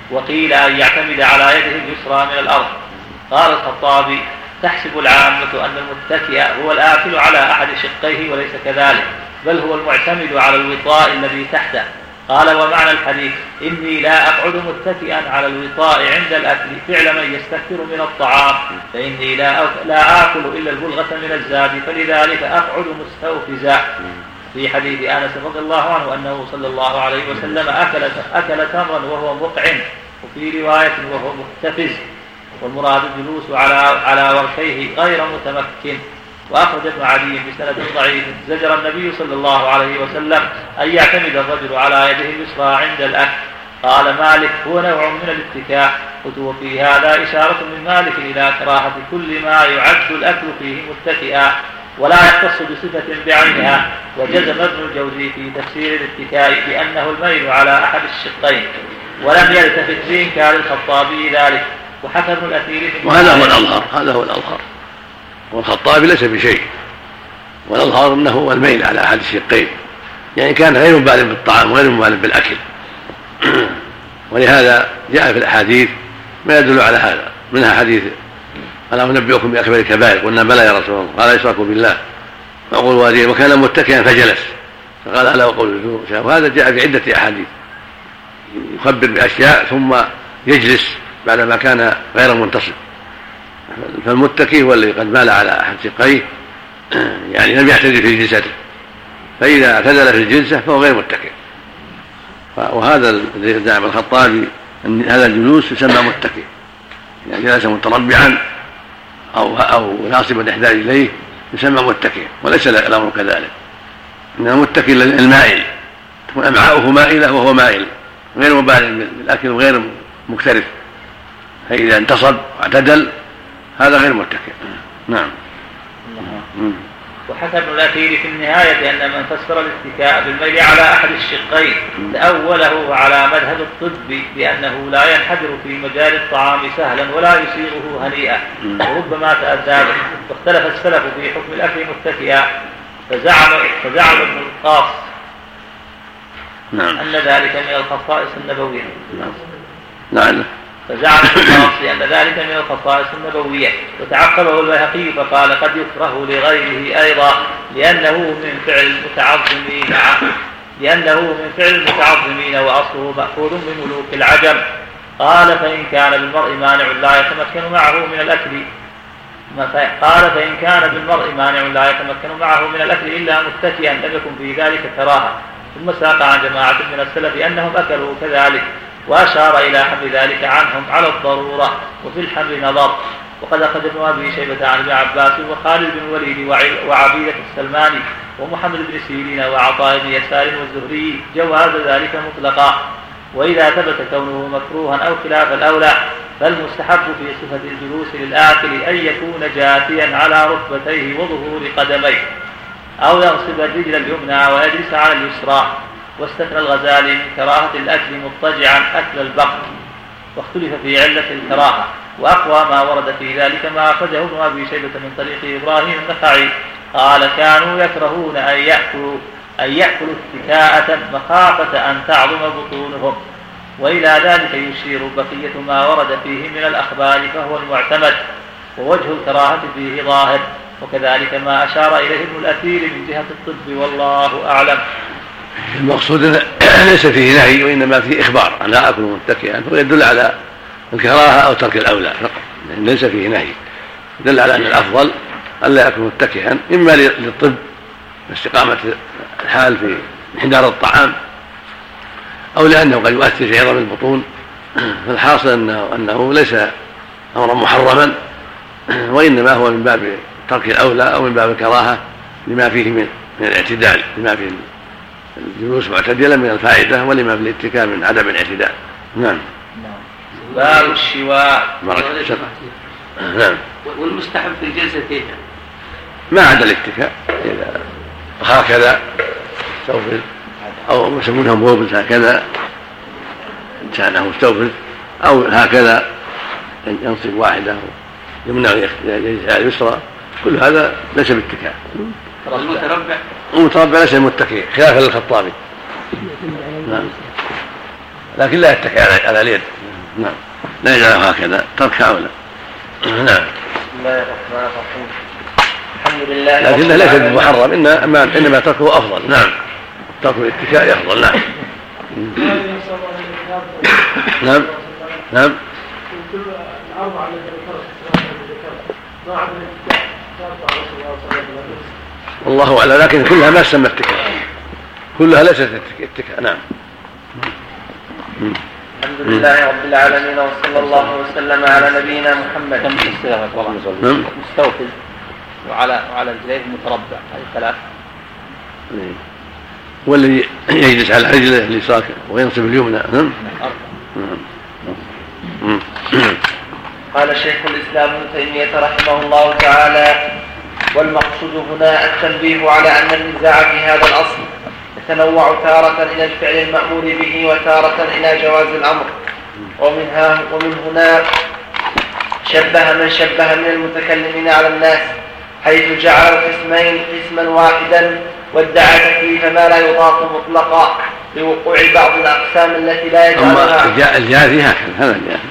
وقيل أن يعتمد على يده اليسرى من الأرض. قال الخطابي: تحسب العامة أن المتكئ هو الآكل على أحد شقيه، وليس كذلك، بل هو المعتمد على الوطاء الذي تحته. قال: ومعنى الحديث: إني لا أقعد متكئا على الوطاء عند الأكل فعل من يستكثر من الطعام، فإني لا لا آكل إلا البلغة من الزاد، فلذلك أقعد مستوفزا. في حديث أنس رضي الله عنه أنه صلى الله عليه وسلم أكل أكل تمرا وهو مقع، وفي رواية وهو مختفز، والمراد الجلوس على على وركيه غير متمكن. وأخرج ابن عدي بسند ضعيف: زجر النبي صلى الله عليه وسلم أن يعتمد الرجل على يده اليسرى عند الأكل. قال مالك: هو نوع من الاتكاء. قلت: وفي هذا إشارة من مالك إلى كراهة كل ما يعد الأكل فيه متكئا، ولا يختص بصفة بعينها. وجزم ابن الجوزي في تفسير الاتكاء بأنه الميل على أحد الشقين، ولم يلتفت بإنكار الخطابي ذلك. وحكى ابن الأثير وهذا هو الأظهر، هذا هو الأظهر، والخطابي ليس بشيء، والأظهر أنه هو الميل على أحد الشقين، يعني كان غير مبالٍ بالطعام وغير مبالٍ بالأكل. ولهذا جاء في الأحاديث ما يدل على هذا، منها حديث: ألا أنبئكم بأكبر الكبائر؟ قلنا: بلى يا رسول الله. قال: إشراك بالله وعقوق الوالدين. وكان متكئا فجلس، فقال: ألا وقول الزور. وهذا جاء في عدة أحاديث يخبر بأشياء ثم يجلس بعدما كان غير منتصف. فالمتكي هو الذي قد مال على أحد شقيه، يعني لم يعتدل في جلسته، فإذا اعتدل في الجلسة فهو غير متكئ. وهذا الذي زعم الخطابي أن هذا الجلوس يسمى متكئ، يعني جلس متربعا أو أو ناصبا إحدى رجليه يسمى متكئ، وليس الأمر كذلك. إنما المتكئ المائل، تكون أمعاؤه مائلة وهو مائل غير مبالٍ بالأكل وغير مكترث، فإذا انتصب واعتدل هذا غير متكئ. نعم. وحكى ابن الأثير في النهاية أن من فسر الاتكاء بالميل على أحد الشقين تأوله على مذهب الطب بأنه لا ينحدر في مجال الطعام سهلا ولا يصيغه هنيئا، وربما تأذى. واختلف السلف في حكم الأكل متكئا، فزعم فزعم ابن القاص نعم. أن ذلك من الخصائص النبوية. نعم. فزعم القاصي أن ذلك من الخصائص النبوية. وتعقبه البيهقي فقال: قد يكره لغيره أيضا لأنه من فعل المتعظمين لأنه من فعل المتعظمين وأصله مأخوذ من ملوك العجم. قال: فإن كان بالمرء مانع لا يتمكن معه من الأكل قال فإن كان بالمرء مانع لا يتمكن معه من الأكل إلا متكئا لم يكن في ذلك كراهة. ثم ساق عن جماعة من السلف أنهم أكلوا كذلك، وأشار إلى حمل ذلك عنهم على الضرورة، وفي الحمل نظر. وقد أخذ ابن أبي شيبة عن ابن عباس وخالد بن الوليد وعبيدة السلماني ومحمد بن سيرين وعطاء بن يسار والزهري جواز ذلك مطلقا. وإذا ثبت كونه مكروها أو خلاف الأولى فالمستحب في صفة الجلوس للآكل أن يكون جاثيا على ركبتيه وظهور قدميه، أو يغصب الرجل اليمنى ويجلس على اليسرى. واستثنى الغزالي من كراهة الأكل مضطجعا أكل البقر، واختلف في علة الكراهة، وأقوى ما ورد في ذلك ما أخرجه ابن أبي شيبة من طريق إبراهيم النخعي قال: كانوا يكرهون أن يأكلوا أن يأكلوا اتكاءة مخافة أن تعظم بطونهم. وإلى ذلك يشير بقية ما ورد فيه من الأخبار فهو المعتمد، ووجه الكراهة فيه ظاهر، وكذلك ما أشار إليه ابن الأثير من جهة الطب، والله أعلم. المقصود ليس فيه نهي، وإنما فيه إخبار أن لا أكل متكئا، ويدل على الكراهة أو ترك الأولى فقط، ليس فيه نهي، يدل على أن الأفضل أن لا يكون متكئا، إما للطب واستقامة الحال في انحدار الطعام، أو لأنه قد يؤثر في عظم البطون. فالحاصل أنه, أنه ليس أمرا محرما، وإنما هو من باب ترك الأولى أو من باب الكراهة لما فيه من الاعتدال، لما فيه الجلوس معتدلا من الفائدة، ولما في الاتكاء من عدم الاعتدال. نعم. باب الشواء. نعم. والمستحب في الجلسة كيف؟ ما عدا الاتكاء، إذا هكذا استوفز، أو يسمونها موبز هكذا إنسانه مستوفز، أو هكذا ينصب واحدة يمنع يجلس على اليسرى، كل هذا ليس باتكاء. المتربع المتربع ليس متكئ خلافا للخطابي. نعم. لكن لا يتكئ على اليد. نعم لا يجعله هكذا ترك أولى. نعم. بسم الله الرحمن الرحيم. الحمد لله. لكنه ليس بمحرم إنما إنما تركه أفضل. نعم ترك الاتكاء أفضل. نعم. نعم نعم. والله أعلم لكن كلها ما تسمى اتكاء كلها ليست اتكاء. نعم. الحمد لله رب العالمين وصلى الله وسلم على نبينا محمد. كم تستوى والله مستوفز وعلى وعلى رجليه متربع هذه ثلاث. والذي يجلس على رجله اليسرى وينصب اليمنى. نعم. قال شيخ الإسلام ابن تيمية رحمه الله تعالى: والمقصود هنا التنبيه على أن النزاع في هذا الأصل يتنوع تارة إلى الفعل المأمور به وتارة إلى جواز الأمر. ومنها ومن هنا شبه من شبه من المتكلمين على الناس حيث جعل قسمين قسما واحدا وادعى تكليف ما لا يضاف مطلقا لوقوع بعض الأقسام التي لا يجعلها. أما الجاري هكذا هذا الجاري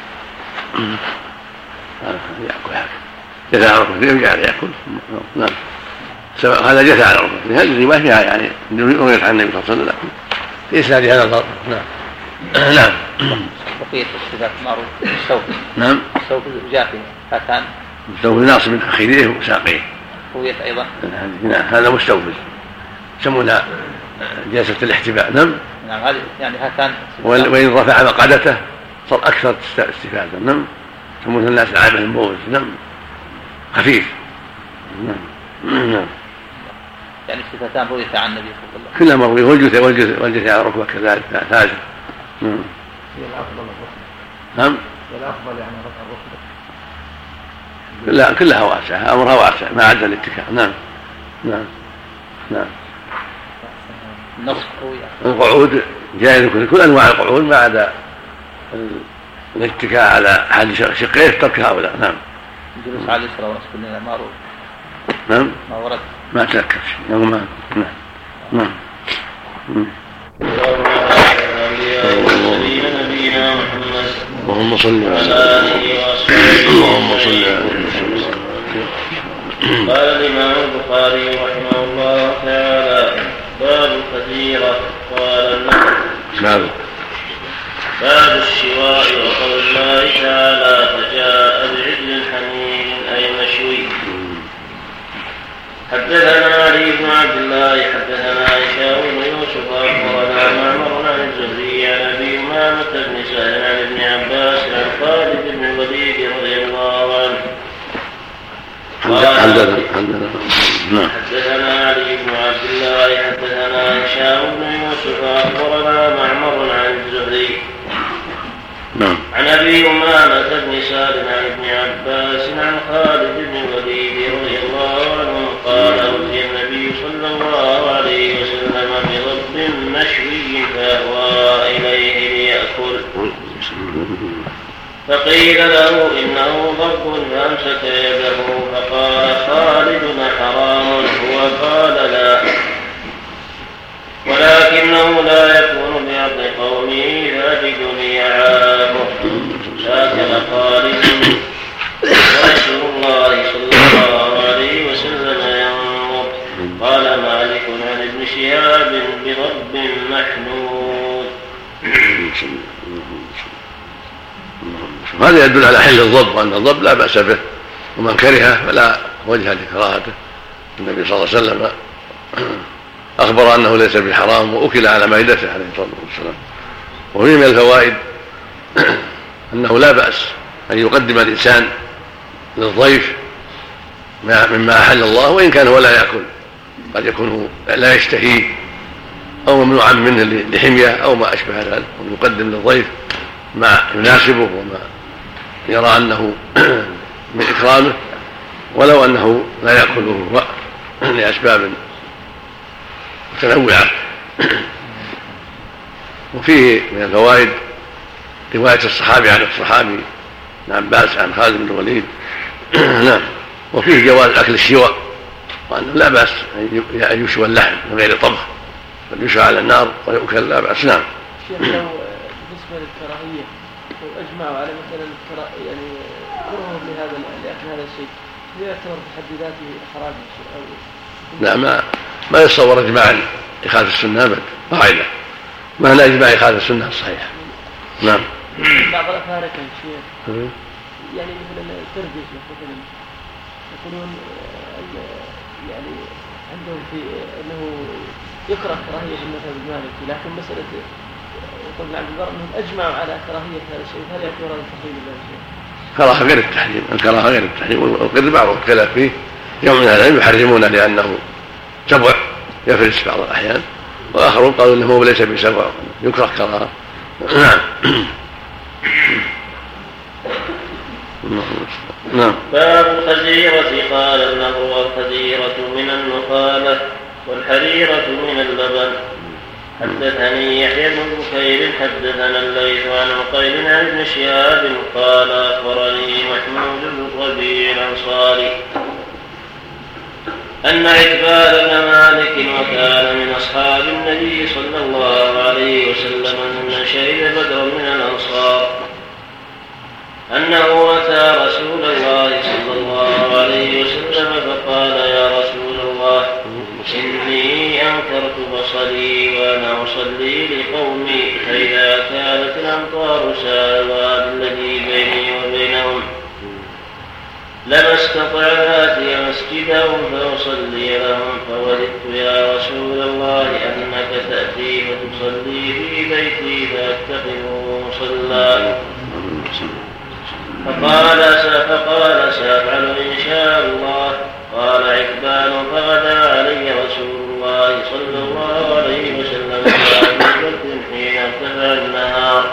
يأكل هكذا جثى على ركبته وجعل يأكل. نعم هذا جثى على ركبته. هذه الرواية فيها يعني رؤية عن النبي صلى الله عليه وسلم في إسناد هذا الضرب. نعم. نعم. بقية الصفات معروف السوق. نعم. السوق جافي هاتان. مستوفز ناصب من خيره وساقيه. رؤية أيضا. نعم هذا مستوفز يسمونها جلسة الاحتباء. نعم. نعم هذه يعني هاتان. وإن رفع مقعدته صار أكثر استفادة. نعم يسمونها الناس العامة الموز. نعم خفيف. نعم. نعم يعني صفتان رؤية عن النبي صلى الله عليه وسلم. كلها مروي والجثة والجثة والجثة على ركبة كذلك ثالث. نعم. هي الأفضل الركبة. نعم. هي الأفضل يعني رفع الركبة. لا كلها واسعة أمرها واسع ما عدا الاتكاء. نعم. نعم. نعم. النصف قوي. القعود جائز كل أنواع القعود ما عدا الاتكاء على أحد شقيه ترك هؤلاء. نعم. الجلوس على اليسرى ونصف الليل ما ورد. نعم. ما ورد. ما تذكر شيء. نعم. نعم. نعم. اللهم صل على اللهم صل على. قال الإمام البخاري رحمه الله تعالى: باب الخزيرة. قال النووي: باب باب الشواء وقول الله تعالى: فجاء بعجل حنين أي مشوي. حدثنا علي بن عبد الله حدثنا هشام بن يوسف أخبرنا معمر عن الزهري عن أبي أمامة بن سهل عن ابن عباس عن خالد بن الوليد رضي الله عنه حدثنا حدثنا علي بن عبد الله حدثنا هشام بن يوسف أخبرنا معمر عن الزهري نعم. عن أبي أمامة بن سهل عن ابن عباس عن خالد بن الوليد رضي الله عنه قال: أوتي النبي صلى الله عليه وسلم بضب مشوي فأهوى إليه ليأكل فقيل له: إنه ضب، فأمسك يده فقال خالد: حرام. هو قال: لا، ولكنه لا يكون بأرض قومه فأجدني أعافه. فأكل خالد ورسول الله صلى الله عليه وسلم ينظر. قال مالك عن ابن شهاب: بضب محنود. هذا يدل على حل الضب وأن الضب لا بأس به ومن كرهه فلا وجه لكراهته. النبي صلى الله عليه وسلم أخبر أنه ليس بحرام وأكل على مائدته عليه الصلاة والسلام. وفيه من الفوائد أنه لا بأس أن يقدم الإنسان للضيف مما أحل الله وإن كان هو لا يأكل، قد يكون لا يشتهي أو ممنوعا منه لحمية أو ما أشبه ذلك، ويقدم للضيف ما يناسبه وما يرى أنه من إكرامه ولو أنه لا يأكله لأسباب متنوعة. وفيه من الفوائد رواية الصحابي عن الصحابي ابن عباس عن خالد بن الوليد. نعم. وفيه جواز أكل الشواء وأنه لا بأس أن يشوى اللحم من غير طبخ بل يشوى على النار ويؤكل لا بأس. نعم. بالنسبة للكراهية أجمعوا على مثلا يعني كرههم لهذا لأكل هذا الشيء هي يعتبر في حد ذاته حرام أو لا ما ما يتصور إجماعا إخالة السنة أبدا قاعدة ما لا إجماع إخالة السنة الصحيحة. نعم. بعض الأفارقة الشيخ يعني مثلا التربية مثلا يقولون يعني عندهم في أنه يكره كراهية المذهب المالكي لكن مسألة يقول ابن عبد البر أنهم أجمعوا على كراهية هذا الشيء هل يعتبر هذا التحريم ولا شيء؟ كراهة غير التحريم الكراهة غير التحريم والقرد معروف الخلاف فيه يوم من العلم يحرمونه لأنه سبع يفرس بعض الأحيان وآخرون قالوا أنه ليس بسبع يكره كراهة. نعم. نعم. باب الخزيرة قال النهر والخزيرة من النخالة والحريرة من اللبن. حدثني يحيى بن بكير حدثنا الليث عن عقيل عن ابن شهاب قال أخبرني محمود بن الربيع الأنصاري أن عتبان بن مالك وكان من أصحاب النبي صلى الله عليه وسلم أن شهد بدرا من الأنصار أنه أتى رسول الله صلى الله عليه وسلم فقال يا رسول الله إني أنكرت بصري وأنا أصلي لقومي فإذا كانت الأمطار ساوى الذي بيني وبينهم لما استطع آتي مسجدهم فأصلي لهم فوددت يا رسول الله أنك تأتي فتصلي في بيتي فأتخذه مصلى فقال فقال سأفعل إن شاء الله. قال عتبان فغدا علي رسول الله صلى الله عليه وسلم حين ارتفع النهار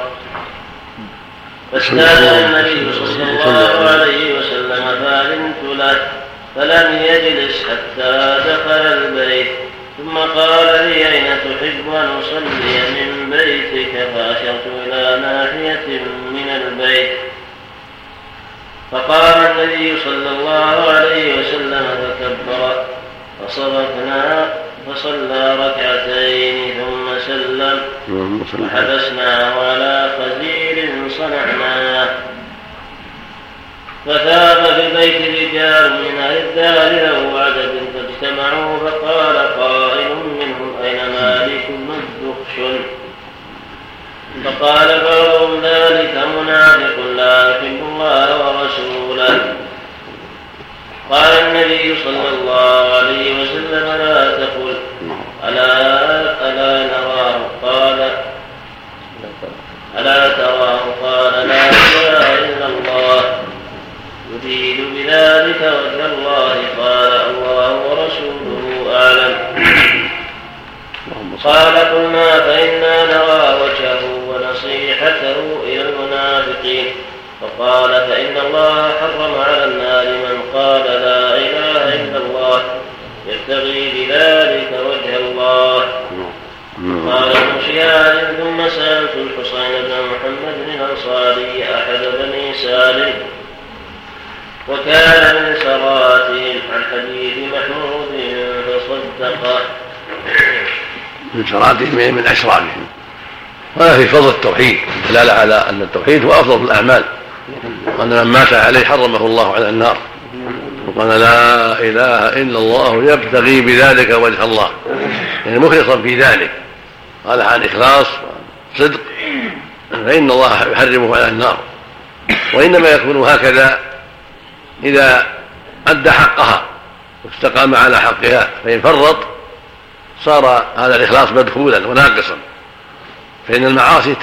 فاستأذن النبي صلى الله عليه وسلم فأذنت له فلم يجلس حتى دخل البيت ثم قال لي أين تحب أن أصلي من بيتك فأشرت إلى ناحية من البيت فقام النبي صلى الله عليه وسلم فكبر فصرفنا فصلى ركعتين ثم سلم وحبسناه على خزير صنعناه فثاب في البيت رجال من أهل الدار له عدد فاجتمعوا فقال قائل منهم أين مالك بن الدخشن فقال بعضهم ذلك منافق لا يحب الله ورسوله. قال النبي صلى الله عليه وسلم لا تقل ألا, ألا نراه قال ألا تراه قال لا إله إلا الله يريد بذلك وجه الله قال الله ورسوله أعلم. قال قلنا فإنا نرى وجهه ونصيحته إلى المنافقين فقال فإن الله حرم على النار من قال لا إله إلا الله يبتغي بذلك وجه الله. قال ابن شهاب ثم سألت الحسين بن محمد الأنصاري أحد بني سالم وكان من سراتهم عن حديث محمود فصدقه من سراتهم من أشرارهم ولا في فضل التوحيد دلالة على أن التوحيد هو أفضل الأعمال وأن من مات عليه حرمه الله على النار وقال لا إله إلا الله يبتغي بذلك وجه الله يعني مخلصا في ذلك قال عن إخلاص وصدق فإن الله يحرمه على النار وإنما يكون هكذا إذا أدى حقها واستقام على حقها فإن فرط صار هذا الإخلاص مدخولا وناقصا فإن المعاصي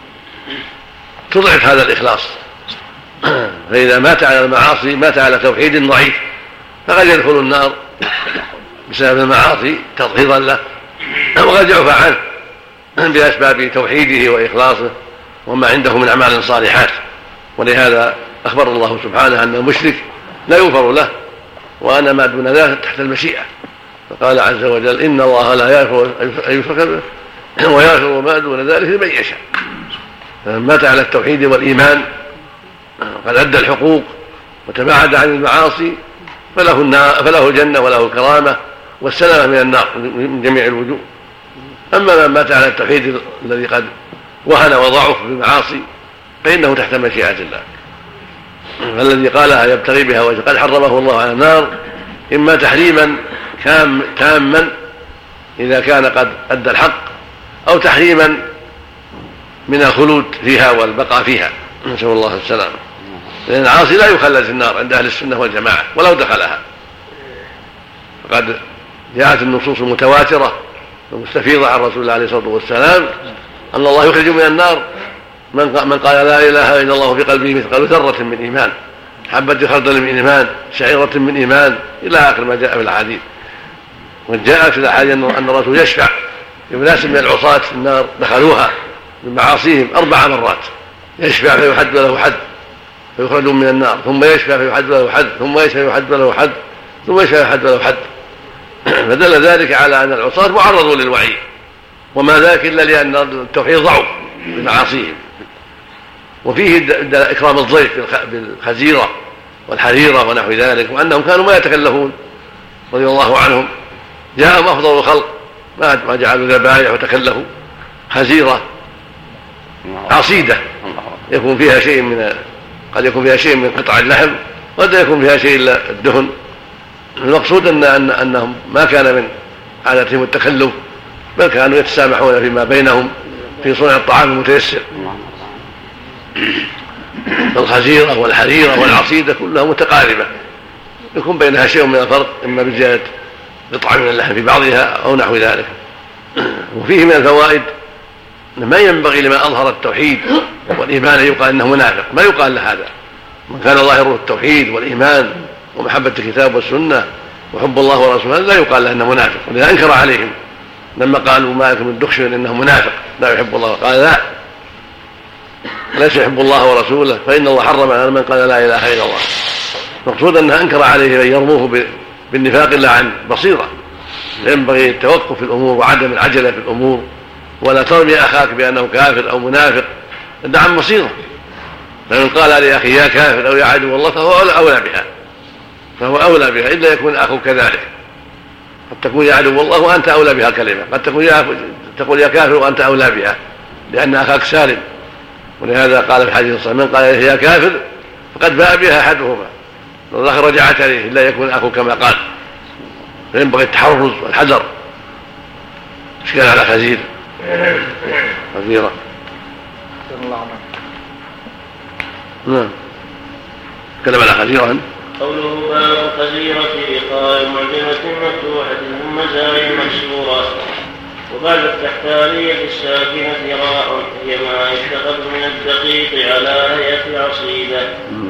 تضعف هذا الإخلاص فإذا مات على المعاصي مات على توحيد ضعيف فقد يدخل النار بسبب المعاصي تضحيضا له وقد يعفى عنه بأسباب توحيده وإخلاصه وما عنده من أعمال صالحات. ولهذا أخبر الله سبحانه أن المشرك لا يغفر له وأنا ما دون ذلك تحت المشيئة فقال عز وجل إن الله لا يغفر أن يشرك به ويغفر ما دون ذلك لمن يشاء. فمن مات على التوحيد والإيمان قد أدى الحقوق وتباعد عن المعاصي فله النار فله الجنة وله الكرامة والسلامة من النار من جميع الوجوه. أما من مات على التوحيد الذي قد وهن وضعف بالمعاصي فإنه تحت مشيئة الله. فالذي قالها يبتغي بها وجه قد حرمه الله على النار، إما تحريما تاما إذا كان قد أدى الحق، أو تحريما من الخلود فيها والبقاء فيها، نسأل الله السلامة. لأن العاصي لا يخلد في النار عند أهل السنة والجماعة ولو دخلها، فقد جاءت النصوص المتواترة المستفيضة عن رسول الله عليه الصلاة والسلام أن الله يخرج من النار من قال لا إله إلا الله في قلبه مثقال ذرة من إيمان، حبة خردل من إيمان، شعيرة من إيمان، إلى آخر ما جاء في الأحاديث. وجاء في الأحاديث أن الرسول يشفع لناس من العصاة في النار دخلوها من معاصيهم أربع مرات، يشفع فيحد له حد فيخرجون من النار، ثم يشفع فيحد له حد، ثم يشفع فيحد له حد، ثم يشفع فيحد له حد. فدل ذلك على أن العصاة معرضون للوعيد، وما ذاك إلا لأن التوحيد ضعف بمعاصيهم. وفيه إكرام الضيف بالخزيرة والحريرة ونحو ذلك، وأنهم كانوا ما يتكلفون رضي الله عنهم، جاءهم أفضل الخلق ما جعلوا ذبائح وتكلفوا. خزيرة عصيدة يكون فيها شيء من قد يكون فيها شيء من قطع اللحم، وقد يكون فيها شيء إلا الدهن. المقصود أن أن أنهم ما كان من عادتهم التكلف، بل كانوا يتسامحون فيما بينهم في صنع الطعام المتيسر. فالخزيرة والحريرة والعصيدة كلها متقاربة، يكون بينها شيء من الفرق، إما بزيادة قطعة من اللحم في بعضها أو نحو ذلك. وفيه من الفوائد ما ينبغي لمن أظهر التوحيد والإيمان يقال إنه منافق، ما يقال لهذا. من كان ظاهره التوحيد والإيمان ومحبة الكتاب والسنة وحب الله ورسوله لا يقال له إنه منافق. ولذا أنكر عليهم لما قالوا مالك بن الدخشن إنه منافق لا يحب الله، قال لا، ليس يحب الله ورسوله، فإن الله حرم على من قال لا إله إلا الله. مقصود أنه أنكر عليه أن يرموه بالنفاق إلا عن بصيرة. ينبغي التوقف في الأمور وعدم العجلة في الأمور، ولا ترمي أخاك بأنه كافر أو منافق إلا عن بصيرة. فمن قال لأخي يا كافر أو يا عدو الله فهو أولى بها، فهو أولى بها، إلا يكون أخوك كذلك. قد تكون يا عدو الله وأنت أولى بها كلمة، قد تكون يا تقول يا كافر وأنت أولى بها لأن أخاك سالم. ولهذا قال في الحديث الصحيح من قال يا كافر فقد باء بها أحدهما والآخر رجعت عليه، إلا يكون أخوك كما قال. فينبغي التحرز والحذر. إشكال على خزير خزيرة. نعم. تكلم على خزيرة. قوله باب الخزيرة بقاء معجمة مفتوحة ثم زاي مكسورة، وبعد التحتانية الساكنة راء هي ما يتخذ من الدقيق على هيئة عصيدة،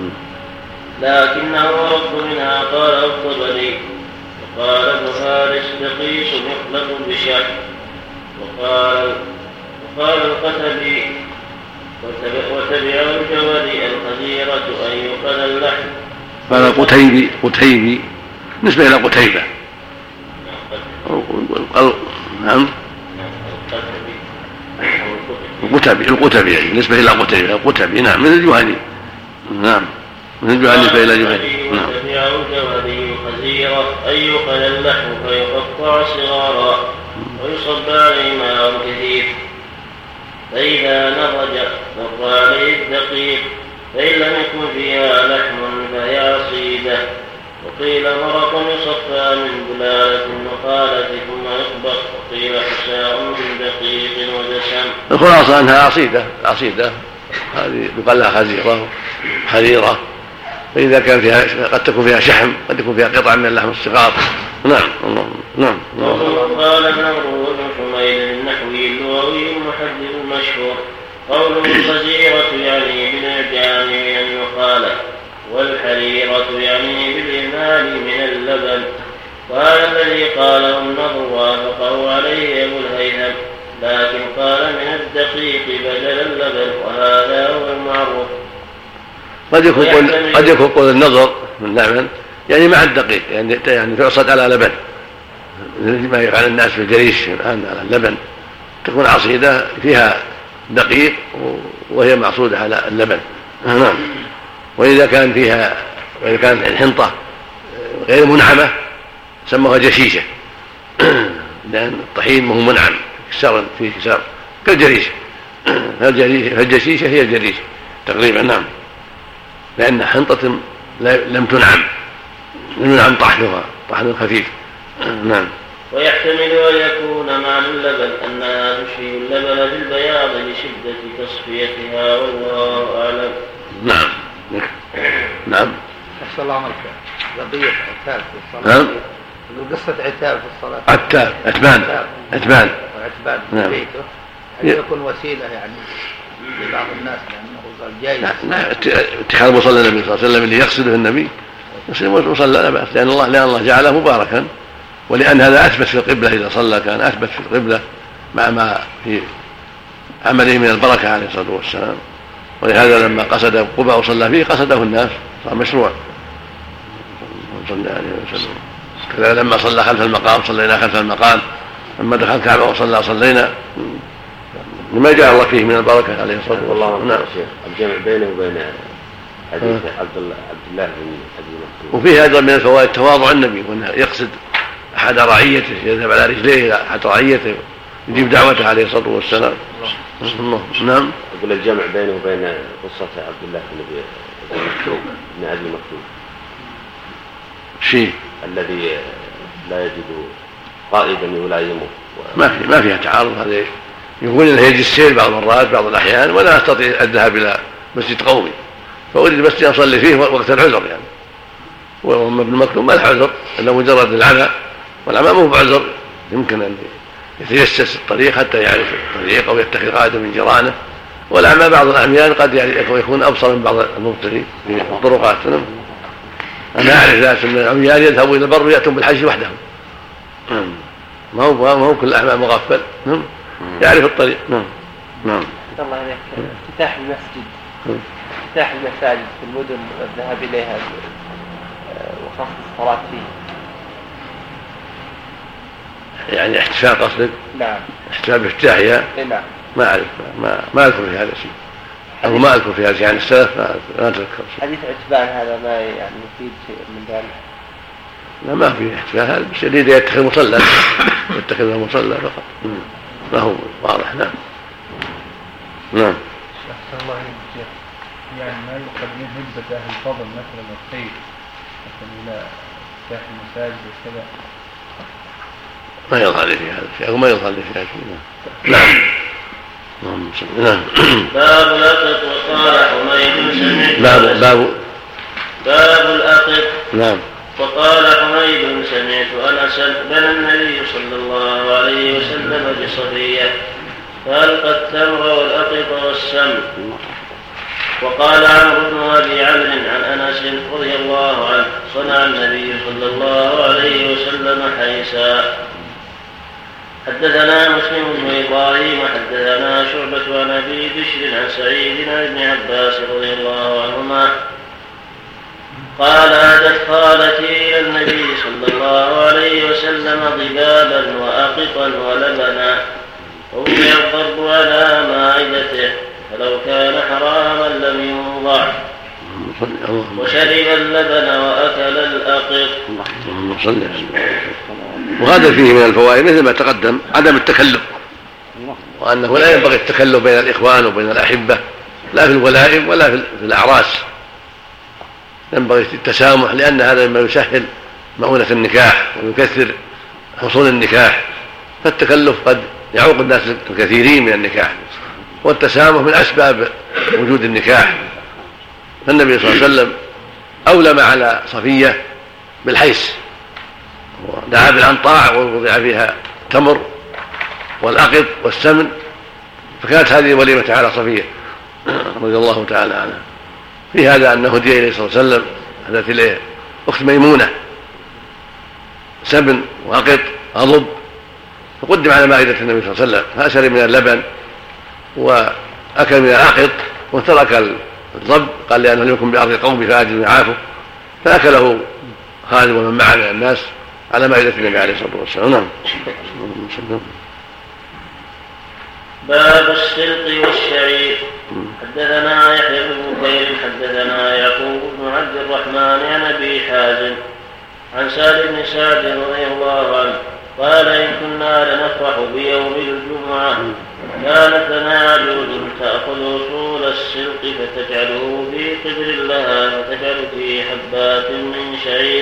لكنه رد منها. قال الطبري وقال ابن فارس دقيق يخلط بشح. وقال وقال القتبي وتبع الجواري الخزيرة أن يؤكل اللحم. قال قتيبي قتيبي نسبة إلى قتيبة. نعم القتبي القتبي يعني نسبة إلى قتيبة القتبي. نعم من الجهني. نعم من الجهني نسبة إلى جهني. نعم. وتبع الجواري الخزيرة أن يؤكل اللحم فيقطع صغارا ويصب عليه ماء كثير، فإذا نضج مر عليه الدقيق، فإن لم يكن فيها لحم فهي عصيدة. وقيل مرق يصفى من بلالة وقالت ثم يطبخ، وقيل حساء من دقيق ودسم. الخلاصة أنها عصيدة عصيدة هذه يقال لها خزيرة حريرة، فإذا كان فيها قد تكون فيها شحم، قد يكون فيها قطع من اللحم الصغار. نعم نعم. قال النمر بن حميد النحوي اللغوي المحدث المشهور قوله الخزيرة يعني بالإعجام من المخالة، والحريرة يعني بالإمال من اللبن. وهذا الذي قاله النضر وافقه عليه أبو الهيثم، لكن قال من الدقيق بدل اللبن، وهذا هو المعروف. قد يكون قد يكون قول النظر من لبن يعني مع الدقيق، يعني يعني تعصد على لبن ما يفعل الناس في الجريش الآن على اللبن، تكون عصيدة فيها دقيق وهي معصودة على اللبن. نعم. وإذا كان فيها وإذا كانت الحنطة غير منعمة سموها جشيشة لأن الطحين ما هو منعم كسرا فيه كسر كالجريش، فالجشيشة هي الجريش تقريبا. نعم، لأن حنطة لم تنعم لم ينعم طحنها طحن خفيف. نعم. ويحتمل أن يكون معنى اللبن أنها تشبه اللبن في البياض لشدة تصفيتها، والله أعلم. نعم. نعم. أحسن الله عملك. قضية عتاب في الصلاة. نعم. قصة عتاب في الصلاة. عتاب عتبان عتبان عتبان في نعم. بيته هل يكون وسيلة يعني لبعض الناس لأنه قال جايز؟ نعم. اتخاذ مصلى النبي صلى الله عليه وسلم اللي يقصده النبي مصلى لا بأس، لأن الله لأن الله جعله مباركا، ولأن هذا أثبت في القبلة. إذا صلى كان أثبت في القبلة مع ما في عمله من البركة عليه الصلاة والسلام. ولهذا لما قصد قباء وصلى فيه قصده الناس صار مشروع صلى عليه وسلم. كذا لما صلى خلف المقام صلينا خلف المقام، لما دخل الكعبة وصلى صلينا لما جاء الله فيه من البركة عليه الصلاة والسلام. نعم. الجمع بينه وبين حديث عبد الله بن أبي مكتوم. وفيه أيضا من الفوائد تواضع النبي، وأنه يقصد أحد رعيته، يذهب على رجليه إلى أحد رعيته يجيب دعوته عليه الصلاة والسلام. نعم. يقول الجمع بينه وبين قصة عبد الله بن أبي مكتوم بن أبي مكتوم شيء الذي لا يجد قائدا يلايمه. ما في ما فيها تعارض. هذا يقول انه يجي السير بعض المرات بعض الاحيان ولا استطيع الذهاب الى مسجد قومي، فاريد بس اصلي فيه وقت العذر يعني. واما ابن مكتوم ما له عذر الا مجرد العمى، والعمى مو بعذر، يمكن ان يتيسس الطريق حتى يعرف الطريق او يتخذ قائدا من جيرانه. والأعمى بعض الأحيان قد يكون أبصر من بعض المبتلين في الطرقات. أنا أعرف ناس من العميان يذهبوا إلى البر ويأتون بالحج وحدهم، ما هو ما هو كل الأعمى مغفل، يعرف الطريق. نعم. نعم. الله عليك. افتتاح المسجد، افتتاح المساجد في المدن والذهاب إليها وخاصة الصلاة فيه، يعني احتفال قصدك؟ نعم. احتفال بافتتاحها؟ نعم. ما أعرف، ما ما أذكر في هذا الشيء، أو ما أذكر في هذا الشيء، يعني السلف ما أتذكر. حديث عتبان هذا ما يعني يفيد شيء من ذلك؟ لا، ما في احتفال، هذا بس يريد يتخذ مصلى يتخذ مصلى فقط، ما هو واضح. نعم. نعم. أحسن الله عليك. يعني ما يقبل من هجبة أهل الفضل مثلا والخير مثلا إلى افتتاح المساجد وكذا، ما يظهر لي في هذا الشيء، أو ما يظهر لي في هذا الشيء. نعم. نعم. باب الأقط. وقال حميد سمعت باب باب باب الأقط. نعم. وقال حميد سمعت أنسا بنى النبي صلى الله عليه وسلم بصبية فألقى التمر والأقط والسمن. وقال عمرو بن أبي عمرو عن أنس رضي الله عنه صنع النبي صلى الله عليه وسلم حيسا. حدثنا مسلم بن إبراهيم حدثنا شعبة عن أبي بشر عن سعيد عن ابن عباس رضي الله عنهما قال أهدت خالتي إلى النبي صلى الله عليه وسلم ضبابا وأقطا ولبنا، ووضع الضرب على مائدته فلو كان حراما لم يوضع، وشرب اللبن وأكل الأقط. وهذا فيه من الفوائد مثل ما تقدم عدم التكلف، وأنه لا ينبغي التكلف بين الإخوان وبين الأحبة لا في الولائم ولا في الأعراس، ينبغي التسامح، لأن هذا مما يسهل مؤونة النكاح ويكثر حصول النكاح، فالتكلف قد يعوق الناس الكثيرين من النكاح، والتسامح من أسباب وجود النكاح. فالنبي صلى الله عليه وسلم أولم على صفية بالحيس، ودعا بالعنطاع ووضع فيها تمر والأقط والسمن، فكانت هذه وليمة على صفية رضي الله تعالى عنها. في هذا أنه هدي إليه صلى الله عليه وسلم هدت إليه أخت ميمونة سمن وأقط أضب، فقدم على مائدة النبي صلى الله عليه وسلم، فأشرب من اللبن وأكل من الأقط وترك الضب، قال لأنه لم يكن بأرض قومي فأجل يعافه، فأكله خالد ومن معه من الناس على مائدة النبي عليه الصلاة والسلام. نعم. باب السلط والشعير. حدثنا يحيى بن بكير حدثنا يعقوب بن عبد الرحمن عن أبي حازم عن سعد بن سعد رضي الله عنه قال إن كنا لنفرح بيوم الجمعة كانت لنا عجوز تأخذ أصول السلق فتجعله في قدر لها فتجعل فيه حبات من شعير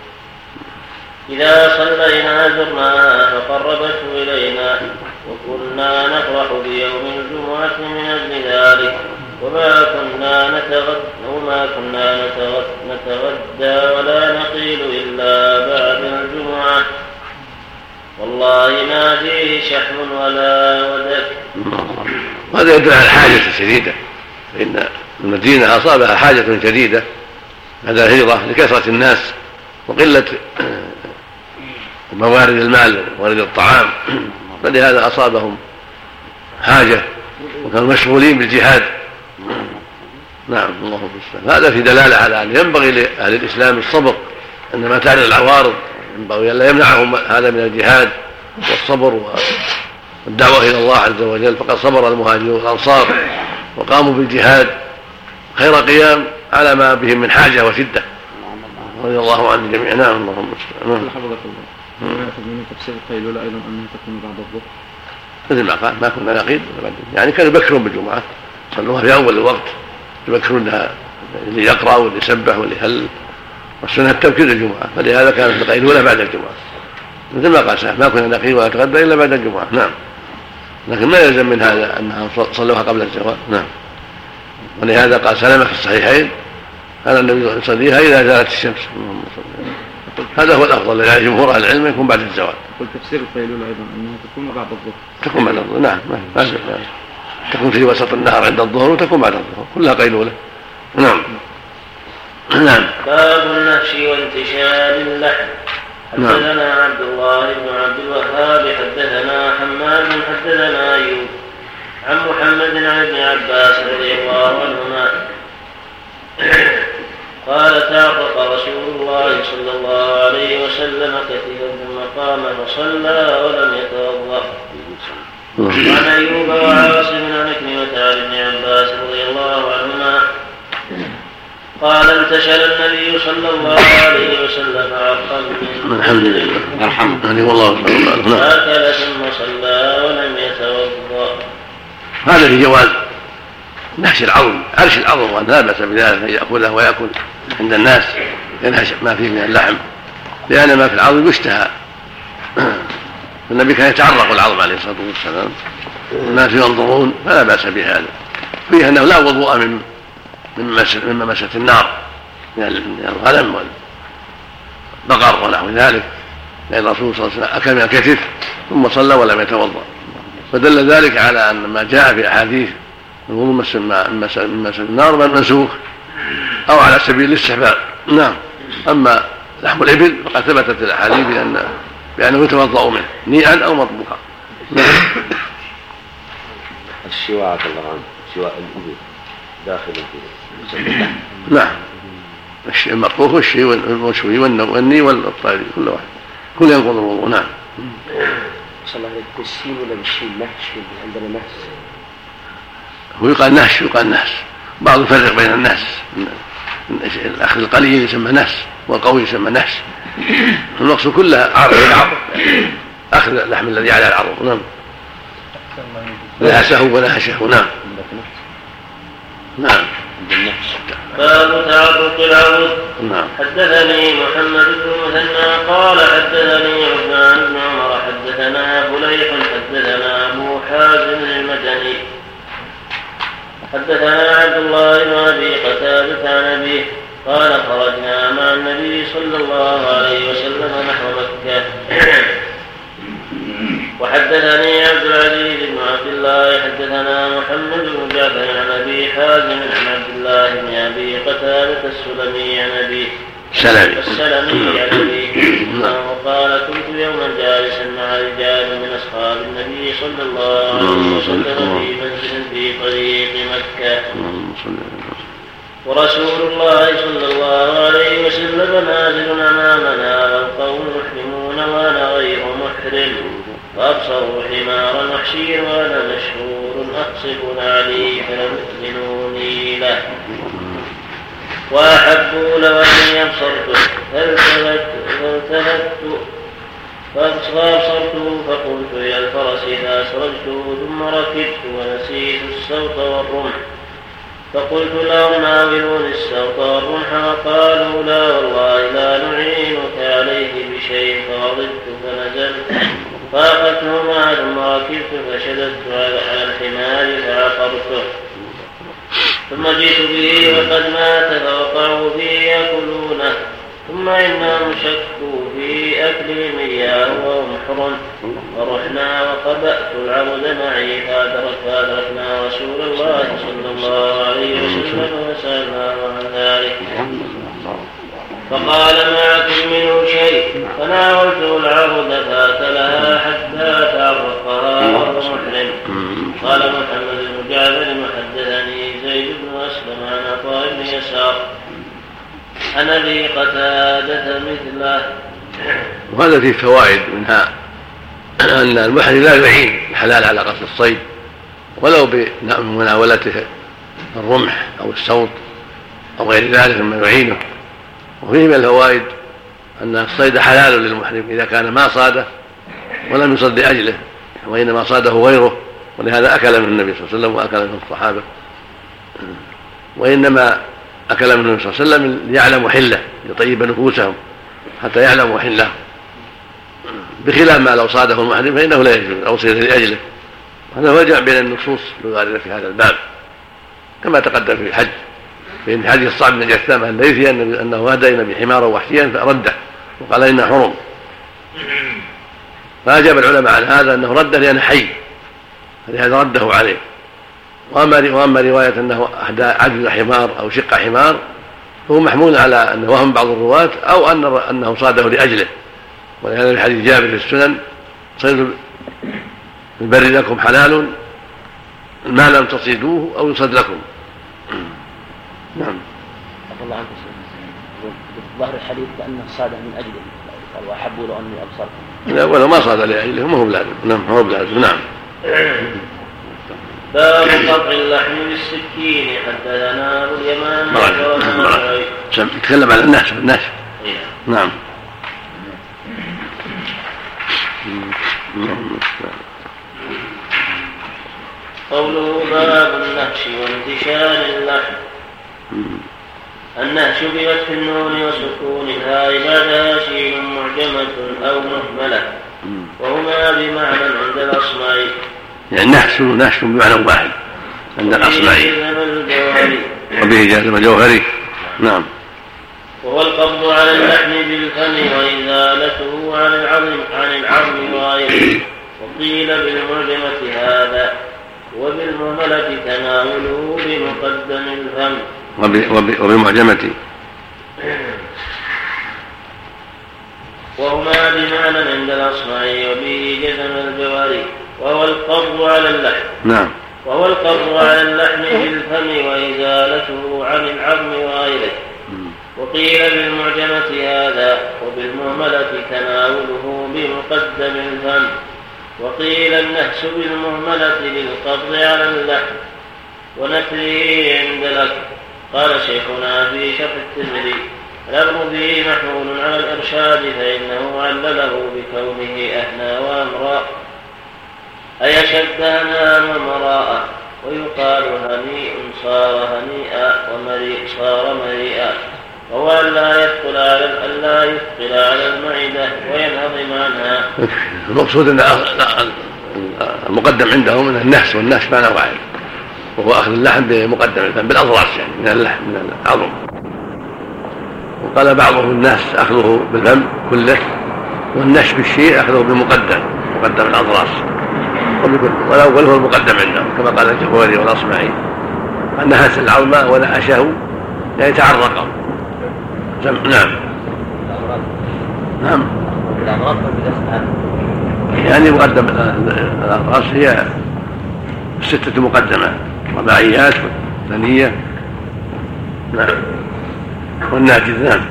إذا صلينا زرناها فقربته إلينا وكنا نفرح بيوم الجمعة من أجل ذلك وما كنا نتغدى وما كنا نتغدى ولا نقيل إلا بعد الجمعة والله ما فيه شحم ولا ودك. هذا يدل على الحاجة الشديدة، فإن المدينة أصابها حاجة شديدة بعد الهجرة لكثرة الناس وقلة موارد المال وموارد الطعام، فلهذا أصابهم حاجة وكانوا مشغولين بالجهاد. نعم الله بالسلام. هذا في دلالة على أن ينبغي لأهل الإسلام الصبر عندما تعرض العوارض، ينبغي أن لا يمنعهم هذا من الجهاد والصبر والدعوة إلى الله عز وجل، فقد صبر المهاجرون والأنصار وقاموا بالجهاد خير قيام على ما بهم من حاجة وشدة رضي الله عن الجميع. نعم اللهم صل حفظك الله. من تفسير القيلولة أيضا أنها تكون بعد الظهر مثل ما قال ما كنا نقيل، يعني كانوا يبكرون بالجمعة صلوها في أول الوقت، يبكرونها اللي يقرأ واللي يسبح واللي يهل، والسنة التبكير للجمعة، فلهذا كانت القيلولة بعد الجمعة مثل ما قال سهل ما كنا نقيل ولا نتغدى إلا بعد الجمعة. نعم، لكن ما يلزم من هذا أنها صلوها قبل الزوال. نعم، ولهذا قال سلمة في الصحيحين كان النبي يصليها إذا زالت الشمس. هذا هو الأفضل يعني جمهور أهل العلم يكون بعد الزوال. قل تفسير القيلولة أيضا أنها تكون بعد الظهر. تكون بعد الظهر. نعم، ما في تكون في وسط النهار عند الظهر وتكون بعد الظهر، كلها قيلولة. نعم. نعم. باب النهش وانتشال اللحم. حدثنا عبد الله بن عبد الوهاب حدثنا حماد حدثنا أيوب عن محمد عن ابن عباس رضي الله عنهما قال تعرق رسول الله صلى الله عليه وسلم كثيرا ثم قام فصلى ولم يتوضأ. عن أيوب وعاصم عن عكرمة عن ابن عباس رضي الله عنهما قال انتشل النبي صلى الله عليه وسلم عرقا من الحمد لله يرحمه والله فأكل ثم صلى ولم يتوضأ. هذا في جواز نهش العظم، عرش العظم، وأن لا بأس بذلك أن يأكله ويأكل عند الناس ينهش ما فيه من اللحم، لأن ما في العظم يشتهى. النبي كان يتعرق العظم عليه الصلاة والسلام والناس ينظرون، فلا بأس بهذا. فيه أنه لا وضوء من مما مست النار من الغنم والبقر ونحو ذلك، لأن الرسول صلى الله عليه وسلم أكل من الكتف ثم صلى ولم يتوضأ، فدل ذلك على أن ما جاء في أحاديث الوضوء من مس النار من منسوخ أو على سبيل الاستحباب. نعم. أما لحم الإبل فقد ثبتت الأحاديث بأن بأنه يتوضأ منه نيئا أو مطبوخا. الشواء الله عنه شواء الإبل داخل فيه. نعم، المطبوخ والشيء والمشوي والني والطاري كل واحد كل ينقض الوضوء. نعم. صلى الله عليه بالسين ولا بالشين نهش عندنا نهش؟ هو يقال نهش يقال نهش، بعض يفرق بين النهش، الأخذ القليل يسمى نهش والقوي يسمى نهش. المقصود كلها عرض العظم، أخذ اللحم الذي على العظم. نعم. نهشه ونهشه. نعم. نعم. باب تعرق العروض. نعم. حدثني محمد بن مثنى قال حدثني عثمان بن عمر حدثنا فليح حدثنا أبو حازم المدني حدثنا عبد الله بن أبي قتادة عن أبيه قال خرجنا مع النبي صلى الله عليه وسلم نحو مكة. وحدثني عبد العزيز بن عبد الله حدثنا محمد بن جعفر عن ابي حازم عن عبد الله بن ابي قتادة السلمي عن ابي السلمي السلمي عن ابي قال كنت يوما جالسا مع رجال من اصحاب النبي صلى الله عليه وسلم في منزل في طريق مكة ورسول الله صلى الله عليه وسلم نازل امامنا والقوم محرمون وانا غير محرم فأبصروا حمارا وحشيا وأنا مشهور أقصف علي فلمؤمنوني له وأحبوا لو أني أبصرته فالتفت فأبصرته فقلت إلى الفرس إذا سرجته ثم ركبت ونسيت السوط والرمح، فقلت لهم ناولوني السوط والرمح، وقالوا لا والله لا نعينك عليه بشيء، فغضبت فنزلت فأخذتهما ثم ركبت فشددت على الحمار فعقرته، ثم جئت به وقد مات فوقعوا فيه يأكلونه، ثم إنهم شكوا في أكلهم إياه وهم حرم، فرحنا وقبأت العبد معي فأدرك فأدركنا رسول الله صلى الله عليه وسلم وسألناه عن ذلك، فقال معكم منه شيء، فناولته العبد فأكلها حتى تعرقها وهو محرم. قال محمد بن جعفر حدثني زيد بن أسلم عن عطاء بن يسار عن أبي قتادة مثله. وهذا فيه فوائد، منها أن المحرم لا يعين الحلال على قتل الصيد ولو بمناولته الرمح أو السوط أو غير ذلك مما يعينه. وفيه من الفوائد أن الصيد حلال للمحرم إذا كان ما صاده ولم يصد لأجله، وإنما صاده غيره، ولهذا أكل من النبي صلى الله عليه وسلم وأكل من الصحابة، وإنما أكل من النبي صلى الله عليه وسلم ليعلموا حله، ليطيب نفوسهم حتى يعلموا حله، بخلاف ما لو صاده المحرم فإنه لا يجوز أو صيد لأجله. هذا هو الجمع بين النصوص الواردة في هذا الباب كما تقدم في الحج، في حديث الصعب بن جثامة الليثي أنه أهدى النبي حمارا وحشيا فرده وقال إنه حرم، فأجاب العلماء عن هذا أنه رده لأنه حي، فلهذا رده عليه. وأما رواية أنه أهدى عجز حمار أو شق حمار فهو محمول على أنه وهم بعض الرواة أو أنه صاده لأجله، ولهذا في حديث جابر في السنن صيد البر لكم حلال ما لم تصيدوه أو يصد لكم. نعم. الله عنك ظهر الحديث كأنه صاده من أجله، قال وأحبوا له أني أبصركم. لا ولا ما صاد لأجله ما هو بلازم. نعم هو بلازم. نعم. باب قطع اللحم بالسكين. حدثنا أبو اليمان تكلم على النهش النهش. نعم. قوله باب النهش وانتشال اللحم. النهش بفتح النون وسكون الهاء بعدها شين معجمة أو مهملة، وهما بمعنى عند الأصمعي. يعني نحس نحس بمعنى واحد عند الأصمعي، وبه جازم الجوهري. نعم. وهو القبض على اللحم بالفم وإزالته عن العظم عن العظم وغيره. وقيل بالمعجمة هذا، وبالمهملة تناوله بمقدم الفم. وبالمعجمة وهما بمعنى عند الأصمعي وبه جزم الجواري. وهو القبض على اللحم. نعم. وهو القبض على اللحم بالفم وإزالته عن العظم وغيره. وقيل بالمعجمة هذا، وبالمهملة تناوله بمقدم الفم. وقيل النهس بالمهملة للقبض على اللحم ونفله عند الأكل. قال شيخنا في شرح الترمذي: الأمر فيه محمول على الإرشاد، فإنه علله بكونه أهنى وأمراء، أي شد هناء ومراء. ويقال هنيء صار هنيئا ومريء صار مريئا، وهو أن لا يثقل على أن لا يثقل على المعدة وينهضم عنها. المقصود أن المقدم عندهم من النحس، والنحس معنى واحد، وهو أخذ اللحم بمقدم الفم بالأضراس، يعني من اللحم من العظم. وقال بعضهم النحس أخذه بالفم كله، والنحش بالشيء أخذه بمقدم مقدم الأضراس، والأول هو المقدم عندهم كما قال الجوهري والأصمعي: أن نهس العظم ونأشه يعني تعرقه. نعم. نعم. يعني مقدم الأضراس هي ستة مقدمات: رباعيات ثانية. نعم. والناجز. نعم.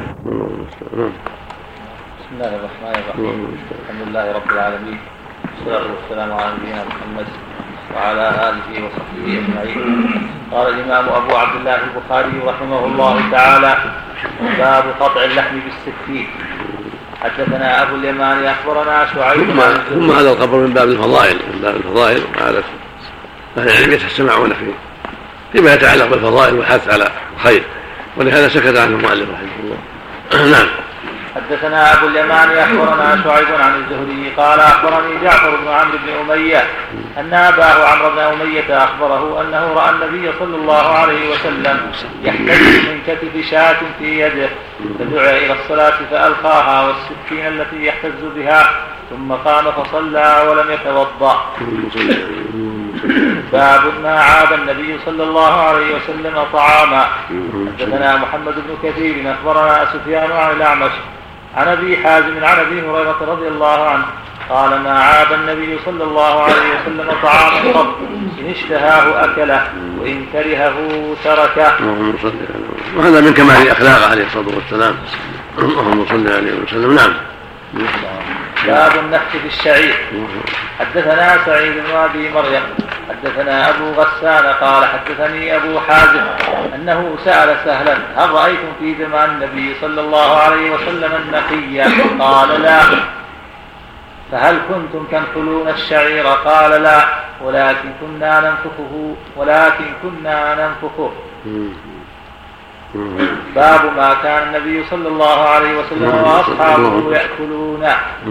بسم الله الرحمن الرحيم. الحمد لله رب العالمين، والصلاة والسلام على نبينا محمد وعلى آله وصحبه أجمعين. قال الإمام أبو عبد الله البخاري رحمه الله تعالى: باب قطع اللحم بالسكين. حدثنا أبو اليمان أخبرنا شعيب ثم, ثم هذا الخبر من باب الفضائل من باب الفضائل وعادة أهل العلم يتسمعون فيه فيما يتعلق بالفضائل والحث على الخير، ولهذا سكت عنه المؤلف رحمه الله. نعم. حدثنا أبو اليمان أخبرنا شعيب عن الزهري قال أخبرني جعفر بن عمرو بن أمية أن أباه عمرو بن أمية أخبره أنه رأى النبي صلى الله عليه وسلم يحتج من كتف شاة في يده، فدعا إلى الصلاة فألقاها والسكين التي يحتز بها، ثم قام فصلى ولم يتوضأ. باب ما عاب النبي صلى الله عليه وسلم طعاما. حدثنا محمد بن كثير أخبرنا سفيان عن الأعمش عن أبي حازم عن أبي هريرة رضي الله عنه قال ما عاب النبي صلى الله عليه وسلم طعاما قط، إن اشتهاه أكله وإن كرهه تركه. وهذا من كمال أخلاقه عليه الصلاة والسلام. اللهم صل عليه وسلم. نعم. باب النفس في الشعير. حدثنا سعيد بن أبي مريم حدثنا أبو غسان قال حدثني أبو حازم أنه سأل سهلا هل رأيتم في زمان النبي صلى الله عليه وسلم النقي؟ قال لا. فهل كنتم تنقلون الشعير؟ قال لا، ولكن كنا ننفخه ولكن كنا ننفخه. باب ما كان النبي صلى الله عليه وسلم وأصحابه يأكلون.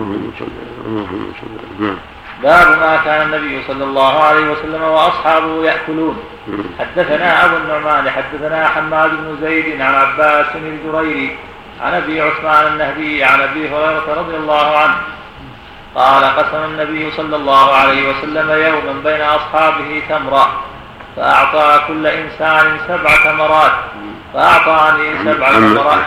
باب ما كان النبي صلى الله عليه وسلم وأصحابه يأكلون. حدثنا أبو النعمان حدثنا حماد بن زيد عن عباس الجريري عن أبي عثمان النهدي عن أبي هريرة رضي الله عنه قال قسم النبي صلى الله عليه وسلم يوما بين أصحابه تمرا، فأعطى كل إنسان سبع تمرات، فأعطاني سبع تمرات.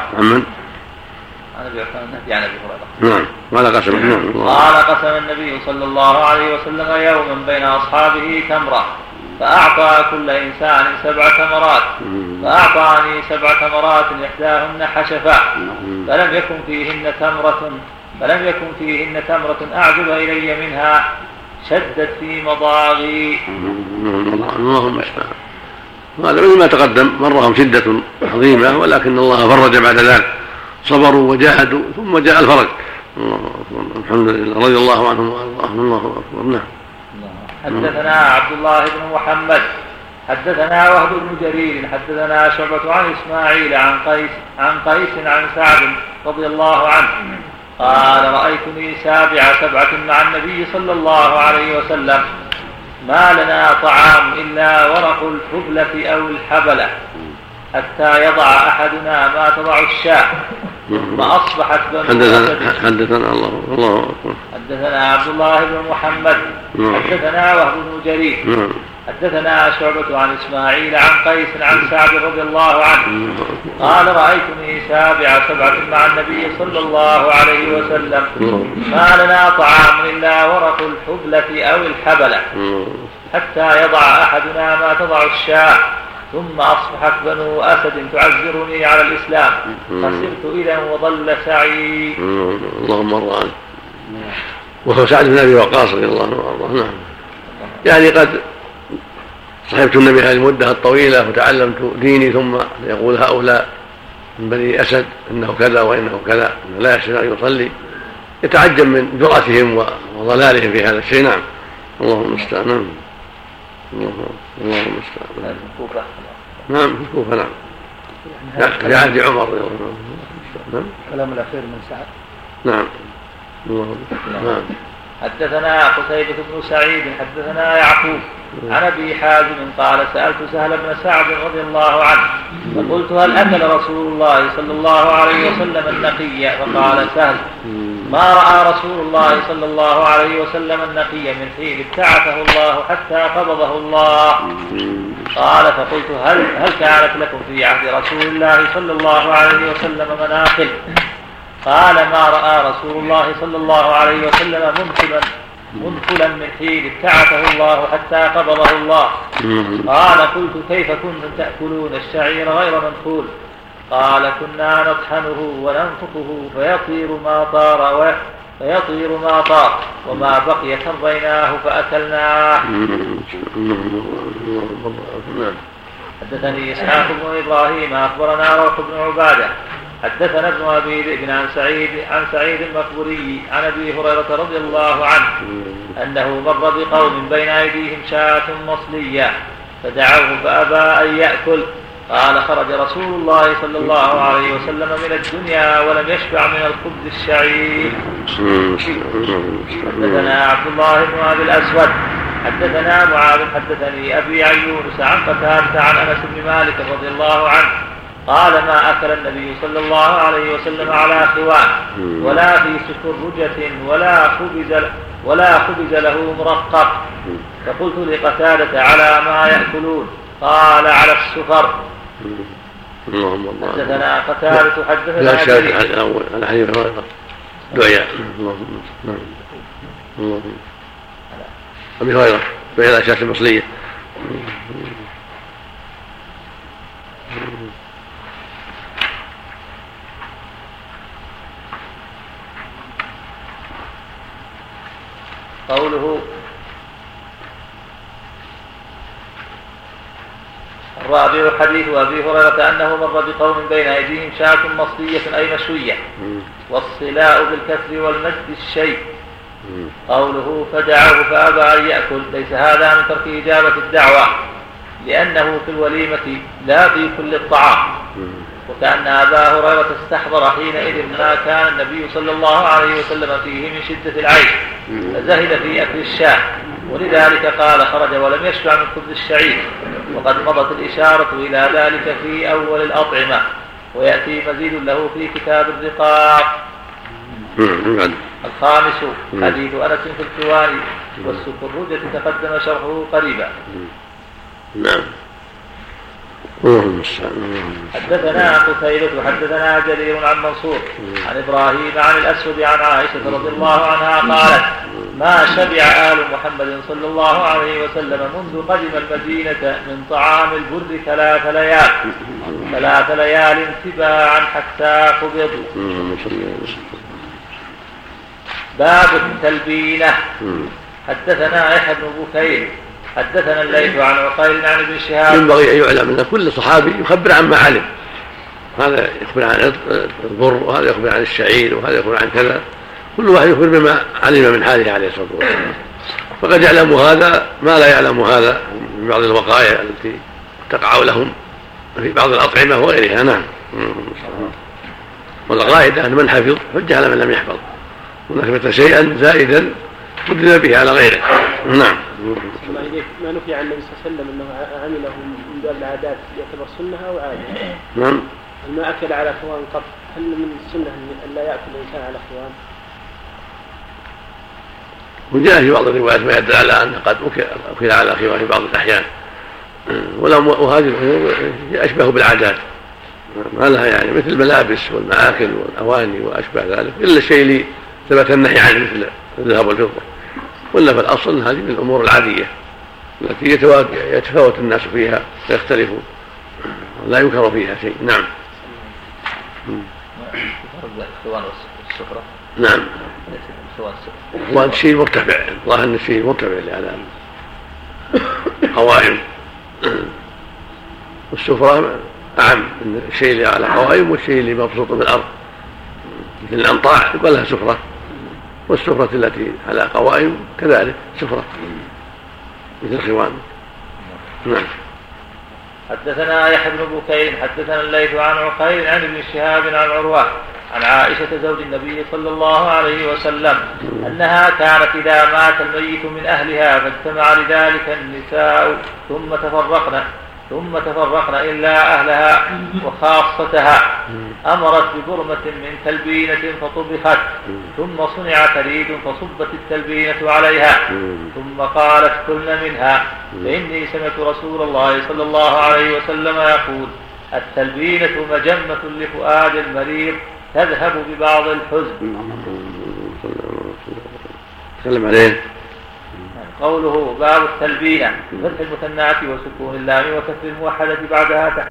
عن أبي عثمان النهدي عن أبي هريرة. نعم. قال قسم قال قسم النبي صلى الله عليه وسلم يوما بين أصحابه تمرا، فأعطى كل إنسان سبع تمرات، فأعطاني سبع تمرات إحداهن حشفا، فلم يكن فيهن تمرة فلم يكن فيهن تمرة أعجب إلي منها، شدت في مضاغي. اللهم اشفع. وهذا مثل ما تقدم، مرهم شدة عظيمة ولكن الله فرج بعد ذلك، صبروا وجاهدوا ثم جاء الفرج. الحمد لله رضي الله عنهم وارضاهم. الله اكبر. نعم. حدثنا عبد الله بن محمد حدثنا وهب بن جرير حدثنا شعبة عن اسماعيل عن قيس عن قيس عن سعد رضي الله عنه قال رأيتني سابع سبعة مع النبي صلى الله عليه وسلم، ما لنا طعام إلا ورق الحبلة أو الحبلة، حتى يضع أحدنا ما تضع الشاة، ثم أصبحت بنو حدثنا حدثنا الله الله أكبر. حدثنا عبد الله بن محمد حدثنا وهب بن جرير حدثنا شعبة عن إسماعيل عن قيس عن سعد رضي الله عنه قال رأيتني سابع سبعة مع النبي صلى الله عليه وسلم، ما لنا طعام إلا ورق الحبلة أو الحبلة، حتى يضع أحدنا ما تضع الشاة، ثم أصبحت بنو أسد تعذرني على الإسلام، خسرت إذا وضل سعي. اللهم ارضى عنه. وهو سعد بن أبي وقاص رضي الله عنه وارضاه. نعم. يعني قد صحبت النبي هذه المدة الطويلة وتعلمت ديني، ثم يقول هؤلاء من بني أسد إنه كذا وإنه كذا، إنه لا يستطيع أن يصلي، يتعجب من جرأتهم وضلالهم في هذا الشيء. نعم. اللهم المستعان. اللهم المستعان. نعم. في الكوفة. نعم. في عهد عمر رضي الله عنه. نعم. كلام الأخير من سعد. نعم. الله. نعم. حدثنا قتيبة بن سعيد حدثنا يعقوب عن أبي حازم قال سألت سهل بن سعد رضي الله عنه فقلت هل أكل رسول الله صلى الله عليه وسلم النقي؟ فقال سهل ما رأى رسول الله صلى الله عليه وسلم النقي من حين ابتعثه الله حتى قبضه الله. قال فقلت هل, هل كانت لكم في عهد رسول الله صلى الله عليه وسلم مناقل؟ قال ما رأى رسول الله صلى الله عليه وسلم منقلا منقلا من حين ابتعثه الله حتى قبضه الله. قال قلت كيف كنتم تأكلون الشعير غير منقول؟ قال كنا نطحنه وننفقه فيطير ما طار فيطير ما طار وما بقي كريناه فأكلناه. حدثني إسحاق بن إبراهيم أخبرنا روح بن عبادة حدثنا ابن أبي ذئب عن سعيد عن سعيد المقبوري عن أبي هريرة رضي الله عنه أنه مر بقوم بين أيديهم شاة مصلية فدعوه فأبى أن يأكل. قال خرج رسول الله صلى الله عليه وسلم من الدنيا ولم يشبع من الخبز الشعير. حدثنا عبد الله بن أبي الأسود حدثنا معاذ حدثني أبي عن يونس عن قتادة عن أنس بن مالك رضي الله عنه قال ما أكل النبي صلى الله عليه وسلم على خوان ولا في سكرجة ولا خبز ولا خبز له مرقق. فقلت لقتادة على ما يأكلون؟ قال على السفر. حدثنا قتادة حدثنا جرير على حديث هريرة دعاء أبي هريرة دعاء على شاة مصلية. قوله الرابع حديث أبي هريرة أنه مر بقوم بين أيديهم شاة مصلية أي مشوية والصلاء بالكسر والمد الشيء. قوله فدعاه فأبى أن يأكل ليس هذا من ترك إجابة الدعوة لأنه في الوليمة لا في كل الطعام، وكأن أبا هريرة استحضر حينئذ ما كان النبي صلى الله عليه وسلم فيه من شدة العيش فزهد في أكل الشاة، ولذلك قال خرج ولم يشبع من خبز الشعير. وقد مضت الإشارة إلى ذلك في أول الأطعمة، ويأتي مزيد له في كتاب الرقاق. الخامس حديث أنس في الكواني والسكرجة تقدم شرحه قريبا. نعم. حدثنا قتيبة حدثنا جرير عن منصور عن إبراهيم عن الأسود عن عائشة رضي الله عنها قالت ما شبع آل محمد صلى الله عليه وسلم منذ قدم المدينة من طعام البر ثلاث ليال ثلاث ليال تباعا حتى قبضوا. باب التلبينة. حدثنا يحيى بن بكير حدثنا الليث عن عقيل عن ابن شهاب. ينبغي أن يعلم أن كل صحابي يخبر عن ما علم، هذا يخبر عن البر وهذا يخبر عن الشعير وهذا يخبر عن كذا، كل واحد يخبر بما علم من حاله عليه الصلاة والسلام. فقد يعلم هذا ما لا يعلم هذا من بعض الوقائع التي تقع لهم في بعض الأطعمة وغيرها. نعم. والقاعدة أن من حفظ حج على من لم يحفظ، ومن حفظ شيئا زائدا قدم به على غيره. نعم. ما نفي عن النبي صلى الله عليه وسلم أنه عمله من باب العادات يعتبر سنة أو عادة؟ نعم. ما أكل على خوان قط، هل من السنة أن لا يأكل الإنسان على خوان؟ وجاء في بعض الروايات ما يدل على أن قد أكل على خوان في بعض الأحيان، وهذه أشبه بالعادات ما لها يعني مثل الملابس والمآكل والأواني وأشبه ذلك، إلا الشيء اللي ثبت النهي عنه مثل الذهب والفضة، ولا في الأصل هذه من الأمور العادية التي يتفاوت الناس فيها ويختلفوا لا ينكر فيها شيء. نعم. نعم. الخوان الشيء مرتفع، الله أن الشيء مرتفع على قوائم، والسفرة أعم من الشيء اللي على قوائم والشيء اللي مبسوط بالأرض، مثل الأنطاع يقال لها سفرة، والسفرة التي على قوائم كذلك سفرة مثل الخوان. نعم. حدثنا يحيى بن بكير حدثنا الليث عن عقيل عن ابن شهاب عن عروة عن عائشة زوج النبي صلى الله عليه وسلم أنها كانت إذا مات الميت من أهلها فاجتمع لذلك النساء ثم تفرقن ثم تفرقن إلا أهلها وخاصتها أمرت ببرمة من تلبينة فطبخت، ثم صنع تريد فصبت التلبينة عليها، ثم قالت كلن منها، فإني سمعت رسول الله صلى الله عليه وسلم يقول التلبينة مجمة لفؤاد المريض تذهب ببعض الحزن. سلم عليه. قوله باب التلبينة بفتح المثنات وسكون اللام وكسر الموحدة بعدها تحت